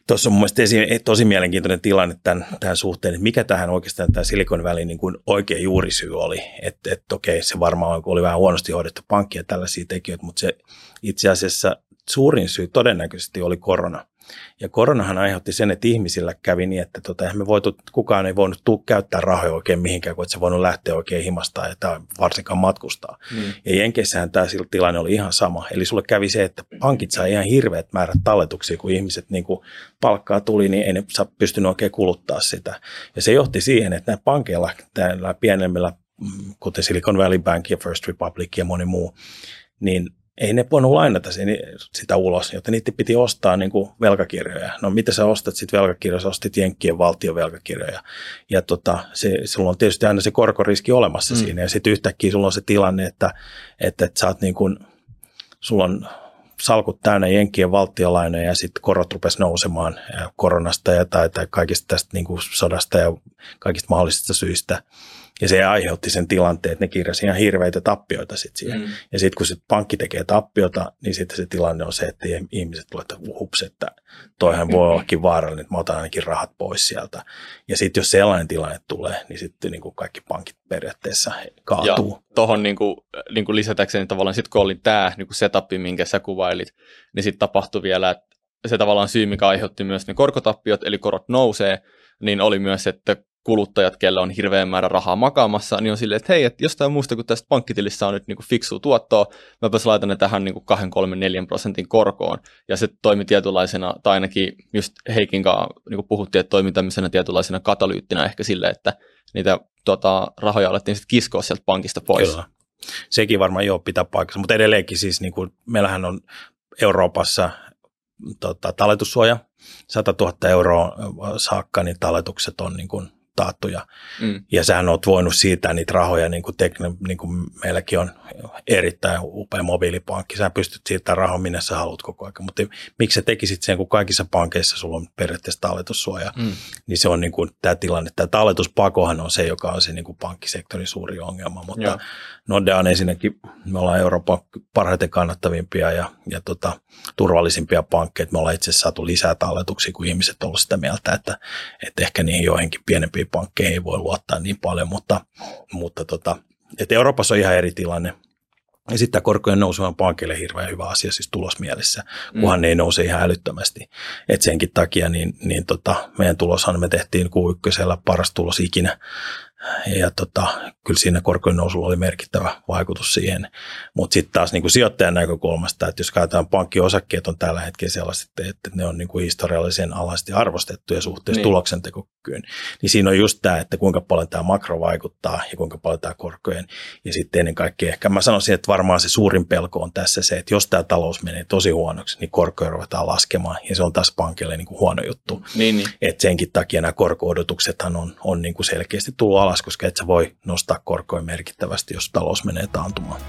Tuossa on mun mielestä esi- tosi mielenkiintoinen tilanne tämän, tämän suhteen, että mikä tähän oikeastaan tämä Silicon Valley niin kuin oikea juurisyy oli. Että et, okei, se varmaan oli vähän huonosti hoidettu pankki ja tällaisia tekijöitä, mutta se itse asiassa suurin syy todennäköisesti oli korona. Ja koronahan aiheutti sen, että ihmisillä kävi niin, että tota, me voitu, kukaan ei voinut tuu käyttää rahoja oikein mihinkään, kun et se voinut lähteä oikein himastaan tai varsinkaan matkustaa. Mm. Ja Jenkeissähän tämä tilanne oli ihan sama. Eli sulle kävi se, että pankit sai ihan hirveät määrät talletuksia, kun ihmiset niin kuin palkkaa tuli, niin ei ne saa pystynyt oikein kuluttaa sitä. Ja se johti siihen, että näillä pankeilla, näillä pienemmillä, kuten Silicon Valley Bank ja First Republic ja moni muu, niin ei ne voinut lainata sitä ulos, joten niitä piti ostaa niin kuin velkakirjoja. No mitä sä ostat sitten velkakirjoja? Sä ostit Jenkkien valtion velkakirjoja. Ja tota, se, sulla on tietysti aina se korkoriski olemassa mm. siinä. Ja sitten yhtäkkiä sulla on se tilanne, että, että, että sä oot niin kuin, sulla on salkut täynnä Jenkkien valtiolainoja ja sitten korot rupesi nousemaan koronasta ja, tai, tai kaikista tästä niin kuin sodasta ja kaikista mahdollisista syistä. Ja se aiheutti sen tilanteen, että ne kirjasi ihan hirveitä tappioita sitten siihen. Mm. Ja sitten kun se pankki tekee tappiota, niin sitten se tilanne on se, että ihmiset tulee, että hups, että toihan voi ollakin vaarallinen, että mä otan ainakin rahat pois sieltä. Ja sitten jos sellainen tilanne tulee, niin sitten niin kuin kaikki pankit periaatteessa kaatuu. Ja tuohon niin kuin, niin kuin lisätäkseni tavallaan sitten kun oli tämä niin kuin setup, minkä sä kuvailit, niin sitten tapahtui vielä, että se tavallaan syy, mikä aiheutti myös ne korkotappiot, eli korot nousee, niin oli myös, että kuluttajat, kellä on hirveän määrä rahaa makaamassa, niin on silleen, että hei, että jostain muusta kuin tästä pankkitilissä on nyt niin kuin fiksua tuottoa, mäpäs laitan ne tähän niin kuin kaksi, kolme, neljä prosentin korkoon. Ja se toimi tietynlaisena, tai ainakin just Heikin kanssa niin kuin puhuttiin, että toimi tämmöisenä tietynlaisena katalyyttinä ehkä silleen, että niitä tota, rahoja alettiin sitten kiskoa sieltä pankista pois. Kyllä. Sekin varmaan joo pitää paikassa, mutta edelleenkin siis niin kuin, meillähän on Euroopassa tota, talletussuoja, sata tuhatta euroa saakka, niin talletukset on niin kuin taattuja. Mm. Ja sähän oot voinut siirtää niitä rahoja, niin kuin, tekn, niin kuin meilläkin on erittäin upea mobiilipankki. Sä pystyt siirtämään rahaa minne sä haluat koko ajan. Mutta miksi sä tekisit sen, kun kaikissa pankeissa sulla on periaatteessa talletussuoja, mm. niin se on niin kuin tämä tilanne. Tämä talletuspakohan on se, joka on se niin kuin pankkisektorin suuri ongelma. Mutta Joo. Nordea on ensinnäkin, me ollaan Euroopan parhaiten kannattavimpia ja, ja tota, turvallisimpia pankkeja. Me ollaan itse asiassa saatu lisää talletuksia, kun ihmiset on ollut sitä mieltä, että, että ehkä niihin joihinkin pienempiin pankkeihin ei voi luottaa niin paljon, mutta, mutta tota, että Euroopassa on ihan eri tilanne. Ja sitten tämä korkojen nousu on pankille hirveän hyvä asia siis tulosmielessä, kunhan mm. ne ei nouse ihan älyttömästi. Et senkin takia niin, niin tota, meidän tuloshan me tehtiin Q yksi paras tulos ikinä. Ja tota, kyllä siinä korkojen nousulla oli merkittävä vaikutus siihen. Mutta sitten taas niin kuin sijoittajan näkökulmasta, että jos katsotaan pankkiosakkeet on tällä hetkellä sellaiset, että ne on niin kuin historiallisen alhaisesti arvostettuja suhteessa niin. tuloksentekokykyyn, niin siinä on just tämä, että kuinka paljon tämä makro vaikuttaa ja kuinka paljon tämä korkojen. Ja sitten ennen kaikkea ehkä mä sanoisin, että varmaan se suurin pelko on tässä se, että jos tämä talous menee tosi huonoksi, niin korkoja ruvetaan laskemaan ja se on taas pankille niin kuin huono juttu. Niin, niin. Että senkin takia nämä korko-odotuksethan on, on niin kuin selkeästi tullut alas, koska et sä voi nostaa korkoja merkittävästi, jos talous menee taantumaan.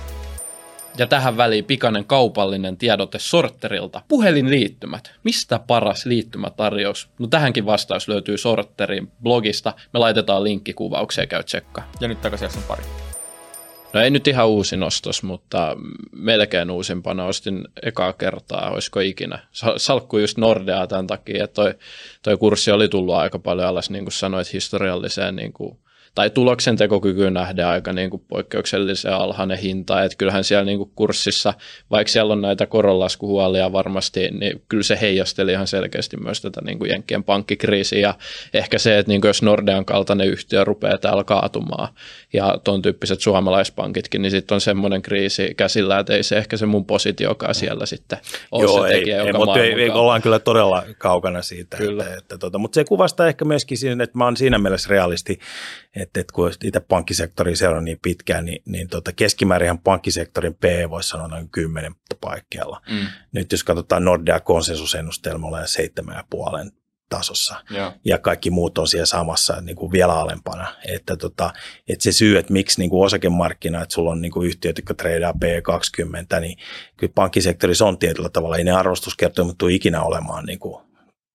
Ja tähän väliin pikainen kaupallinen tiedote Sorterilta. Puhelinliittymät. Mistä paras liittymätarjous? No tähänkin vastaus löytyy Sorterin blogista. Me laitetaan linkki kuvaukseen, käy tsekkaa. Ja nyt takaisin jakson pari. No ei nyt ihan uusi nostos, mutta melkein uusimpana ostin ekaa kertaa, olisiko ikinä. Salkku just Nordeaa tämän takia, että toi, toi kurssi oli tullut aika paljon alas, niin kuin sanoit, historialliseen niin kuin tai tuloksen tekokykyyn nähdään aika niin kuin poikkeuksellisen alhainen hinta, että kyllähän siellä niin kuin kurssissa, vaikka siellä on näitä koronlaskuhuolia varmasti, niin kyllä se heijasteli ihan selkeästi myös tätä niin kuin Jenkkien pankkikriisiä ja ehkä se, että niin kuin jos Nordean kaltainen yhtiö rupeaa täällä kaatumaan ja ton tyyppiset suomalaispankitkin, niin sitten on semmoinen kriisi käsillä, että ei se ehkä se mun positiokaan siellä sitten ole Joo, se tekijä, ei, joka ei, mutta ei, ei, ollaan kyllä todella kaukana siitä, kyllä. Että, että, tota, mutta se kuvastaa ehkä myöskin siinä, että mä oon siinä mielessä realisti, että, että kun itse pankkisektori seuraa niin pitkään, niin, niin tota, keskimäärin pankkisektorin P E voisi sanoa noin kymmenen paikkeilla. Mm. Nyt jos katsotaan Nordea konsensusennusteella, me ollaan seitsemän ja puolen tasossa. Ja. ja kaikki muut on siellä samassa niin kuin vielä alempana. Että, tota, että se syy, että miksi niin kuin osakemarkkina, että sulla on niin kuin yhtiöt, jotka treidaa P E kaksikymmentä, niin kyllä pankkisektorissa on tietyllä tavalla, ei ne arvostuskertoimet tule ikinä olemaan niin kuin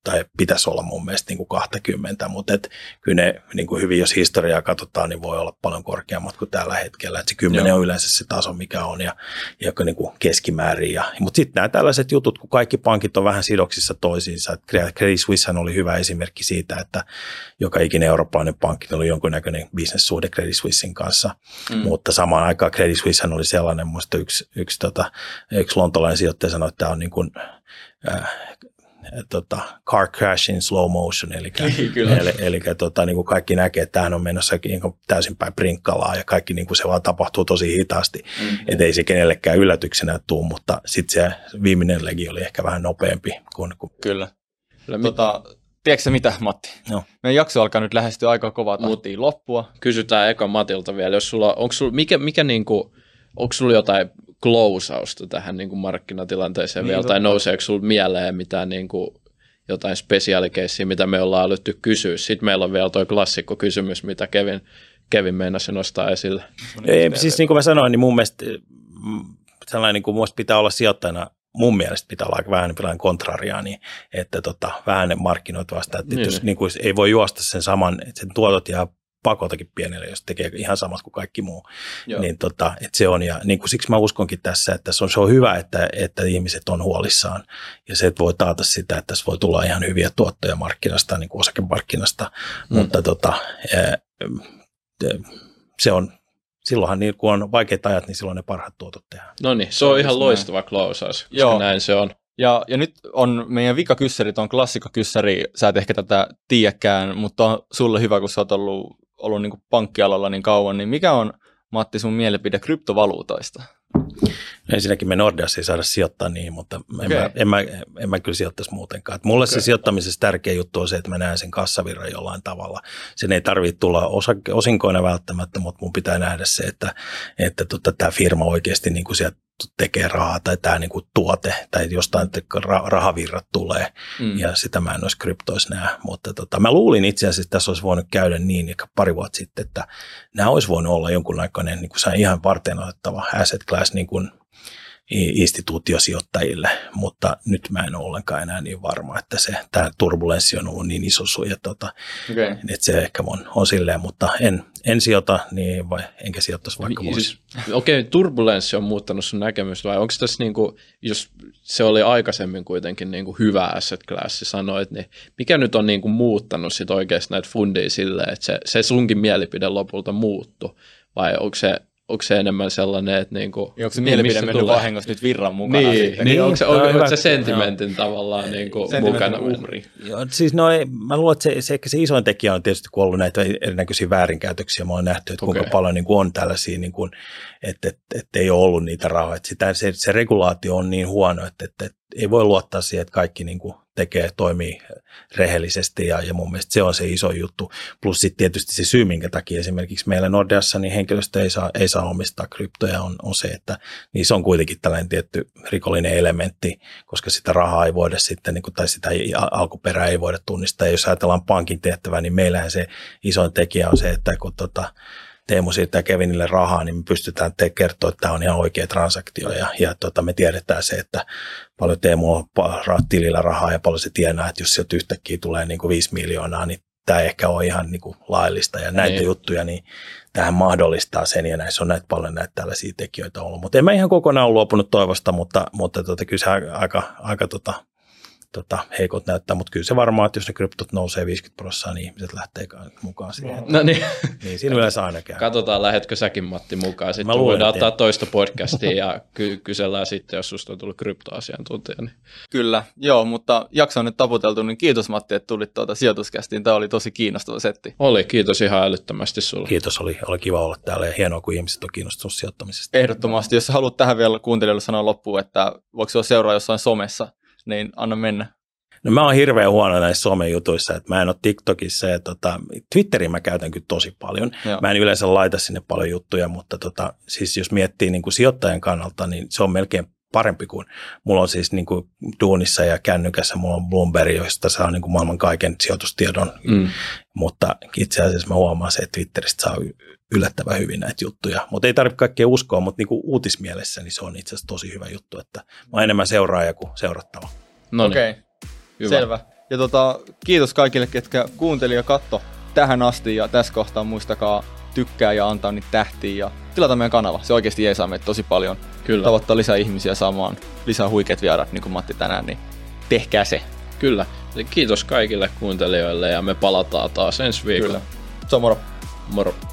tai pitäisi olla mun mielestä niin kuin kaksikymmentä, mutta et, kyllä ne niin kuin hyvin, jos historiaa katsotaan, niin voi olla paljon korkeammat kuin tällä hetkellä. Et se kymmenen Joo. on yleensä se taso, mikä on, ja, ja niin kuin keskimäärin. Ja, mutta sitten nämä tällaiset jutut, kun kaikki pankit on vähän sidoksissa toisiinsa. Credit Suisse oli hyvä esimerkki siitä, että joka ikinen eurooppalainen pankki oli jonkunnäköinen bisnessuhde Credit Suissein kanssa, mm. mutta samaan aikaan Credit Suisse oli sellainen, muista yksi, yksi, tota, yksi lontolainen sijoittaja sanoi, että tämä on niin kuin, äh, tota, car crash in slow motion, eli, eli, eli tota, niin kuin kaikki näkee, että tämähän on menossa niin kuin täysin päin prinkkalaa ja kaikki niin kuin se vaan tapahtuu tosi hitaasti, mm-hmm. että ei se kenellekään yllätyksenä tule, mutta sitten se viimeinen legi oli ehkä vähän nopeampi. Kuin, kuin... Kyllä. Tota, tiedätkö mitä, Matti? No. Meidän jakso alkaa nyt lähestyä aika kovaa tahtia loppua. Kysytään eka Matilta vielä, jos sulla, onko sulla, mikä, mikä niin kuin, onko sulla jotain klousausta tähän niin kuin markkinatilanteeseen niin, vielä, tai nouseeko sinulle mieleen mitään niin kuin, jotain spesiaalikeissiä, mitä me ollaan alettu kysyä. Sitten meillä on vielä tuo klassikko kysymys, mitä Kevin, Kevin meinasi nostaa esille. Ei, siis niin kuin mä sanoin, niin mun mielestä sellainen niin kuin muista pitää olla sijoittajana, mun mielestä pitää olla vähän vähän kontraria, niin että tota, vähän ne markkinoit vastaan, että niin, jos niin kuin, ei voi juosta sen saman, että sen tuotot jää pakotakin pienelle, jos tekee ihan samat kuin kaikki muu. Joo. Niin tota, että se on, ja niin kuin siksi mä uskonkin tässä, että se on, se on hyvä, että, että ihmiset on huolissaan, ja se voi taata sitä, että tässä voi tulla ihan hyviä tuottoja markkinasta, niin kuin osakemarkkinasta, mm. mutta tota, se on, silloinhan niin kun on vaikeat ajat, niin silloin ne parhaat tuotot tehdään. No niin, se on ihan loistava klausaus, koska Joo. näin se on. Ja, ja nyt on meidän vikakyssäri, on klassikokyssäri, sä et ehkä tätä tiedäkään, mutta on sulle hyvä, kun sä oot ollut, ollut niin kuin pankkialalla niin kauan, niin mikä on, Matti, sun mielipide kryptovaluutoista? Ensinnäkin me Nordeassa ei saada sijoittaa niihin, mutta okay. en, mä, en, mä, en mä kyllä sijoittaisi muutenkaan. Et mulle okay. se sijoittamisessa tärkeä juttu on se, että mä näen sen kassavirran jollain tavalla. Sen ei tarvitse tulla osa, osinkoina välttämättä, mutta mun pitää nähdä se, että, että tota, tämä firma oikeasti niin kuin sieltä tekee rahaa tai tämä niin kuin tuote tai jostain rahavirrat tulee mm. ja sitä mä en olisi kryptoissa näe. Mutta tota, mä luulin itse asiassa, että tässä olisi voinut käydä niin ehkä pari vuotta sitten, että nämä olisi voinut olla jonkunlainen niin kuin ihan varten otettava asset class niin kuin instituutiosijoittajille, mutta nyt mä en ole ollenkaan enää niin varma, että se, tämä turbulenssi on ollut niin iso suja, tota, okay. että se ehkä on, on silleen, mutta en, en sijoita, niin vai, enkä sijoittaisi vaikka voisi. Siis, Okei, okay, turbulenssi on muuttanut sun näkemystä, vai onko tässä, niin kuin, jos se oli aikaisemmin kuitenkin niin kuin hyvä asset class, sanoit, niin mikä nyt on niin kuin muuttanut sit oikeasti näitä fundia silleen, että se, se sunkin mielipide lopulta muuttui, vai onko se Onko se enemmän sellainen, että niinku... Onko se mielipide mennyt vahingossa nyt virran mukana? Niin, niin, niin onko se, on, onko se sentimentin no. tavallaan niinku mukana uhri? Joo, siis no, mä luulen, että se, se, se isoin tekijä on tietysti, kun ollut näitä erinäköisiä väärinkäytöksiä. Mä oon nähty, että okay. kuinka paljon niin kuin on tällaisia, niin kuin, että, että, että ei ole ollut niitä rahoja. Sitä, se, se regulaatio on niin huono, että, että, että ei voi luottaa siihen, että kaikki niin kuin tekee, toimii rehellisesti ja, ja mun mielestä se on se iso juttu. Plus sitten tietysti se syy, minkä takia esimerkiksi meillä Nordeassa niin henkilöstö ei saa, ei saa omistaa kryptoja on, on se, että niissä on kuitenkin tällainen tietty rikollinen elementti, koska sitä rahaa ei voida sitten, niin kuin, tai sitä alkuperää ei voida tunnistaa. Ja jos ajatellaan pankin tehtävää, niin meillähän se isoin tekijä on se, että kun tota, Teemu siirtää Kevinille rahaa, niin me pystytään te kertoa, että tämä on ihan oikea transaktio ja, ja tota, me tiedetään se, että paljon Teemu on tilillä rahaa ja paljon se tienaa, että jos sieltä yhtäkkiä tulee niin kuin viisi miljoonaa, niin tämä ehkä on ihan niin kuin laillista ja näitä niin. juttuja, niin tähän mahdollistaa sen ja näissä on näitä paljon näitä tällaisia tekijöitä ollut. Mutta en mä ihan kokonaan ole luopunut toivosta, mutta, mutta tota, kyllä se aika, aika tota, Tota, heikot näyttää, mutta kyllä se varmaan, että jos ne kryptot nousee viisikymmentä prosenttia, niin ihmiset lähtee mukaan siihen. No niin. Niin siinä yleensä aina käy. Katsotaan, lähetkö säkin Matti mukaan. Sitten luulen, voidaan ottaa toista podcastia ja ky- kysellään sitten, jos susta on tullut kryptoasiantuntija. Niin. Kyllä, joo, mutta jakso on nyt taputeltu, niin kiitos Matti, että tulit tuota sijoituskästiin. Tämä oli tosi kiinnostava setti. Oli, kiitos ihan älyttömästi sulle. Kiitos, oli, oli kiva olla täällä ja hienoa, kun ihmiset on kiinnostunut sijoittamisesta. Ehdottomasti, jos haluat tähän vielä kuuntelijoille sanoa loppuun, että voiko se olla seuraa jossain somessa, niin anna mennä. No mä oon hirveän huono näissä somejutuissa, että mä en ole TikTokissa ja tota, Twitteriä mä käytän kyllä tosi paljon. Joo. Mä en yleensä laita sinne paljon juttuja, mutta tota, siis jos miettii niin kuin sijoittajan kannalta, niin se on melkein parempi kuin mulla on siis niin kuin duunissa ja kännykässä, mulla on Bloomberg, josta saa niin kuin maailman kaiken sijoitustiedon, mm. mutta itse asiassa mä huomaan se, että Twitteristä saa yllättävän hyvin näitä juttuja, mutta ei tarvitse kaikkea uskoa, mutta niin kuin uutismielessä niin se on itse asiassa tosi hyvä juttu, että mä oon enemmän seuraaja kuin seurattava. No okei. Okay. Selvä. Ja tota, kiitos kaikille, ketkä kuunteli ja katto tähän asti. Ja tässä kohtaa muistakaa tykkää ja antaa niitä tähtiä ja tilata meidän kanava. Se oikeasti jeesaa meitä tosi paljon. Kyllä. Tavoittaa lisää ihmisiä saamaan lisää huikeat vieraat, niin kuin Matti tänään, niin tehkää se. Kyllä. Kiitos kaikille kuuntelijoille ja me palataan taas ensi viikolla. Kyllä. Se on moro. Moro.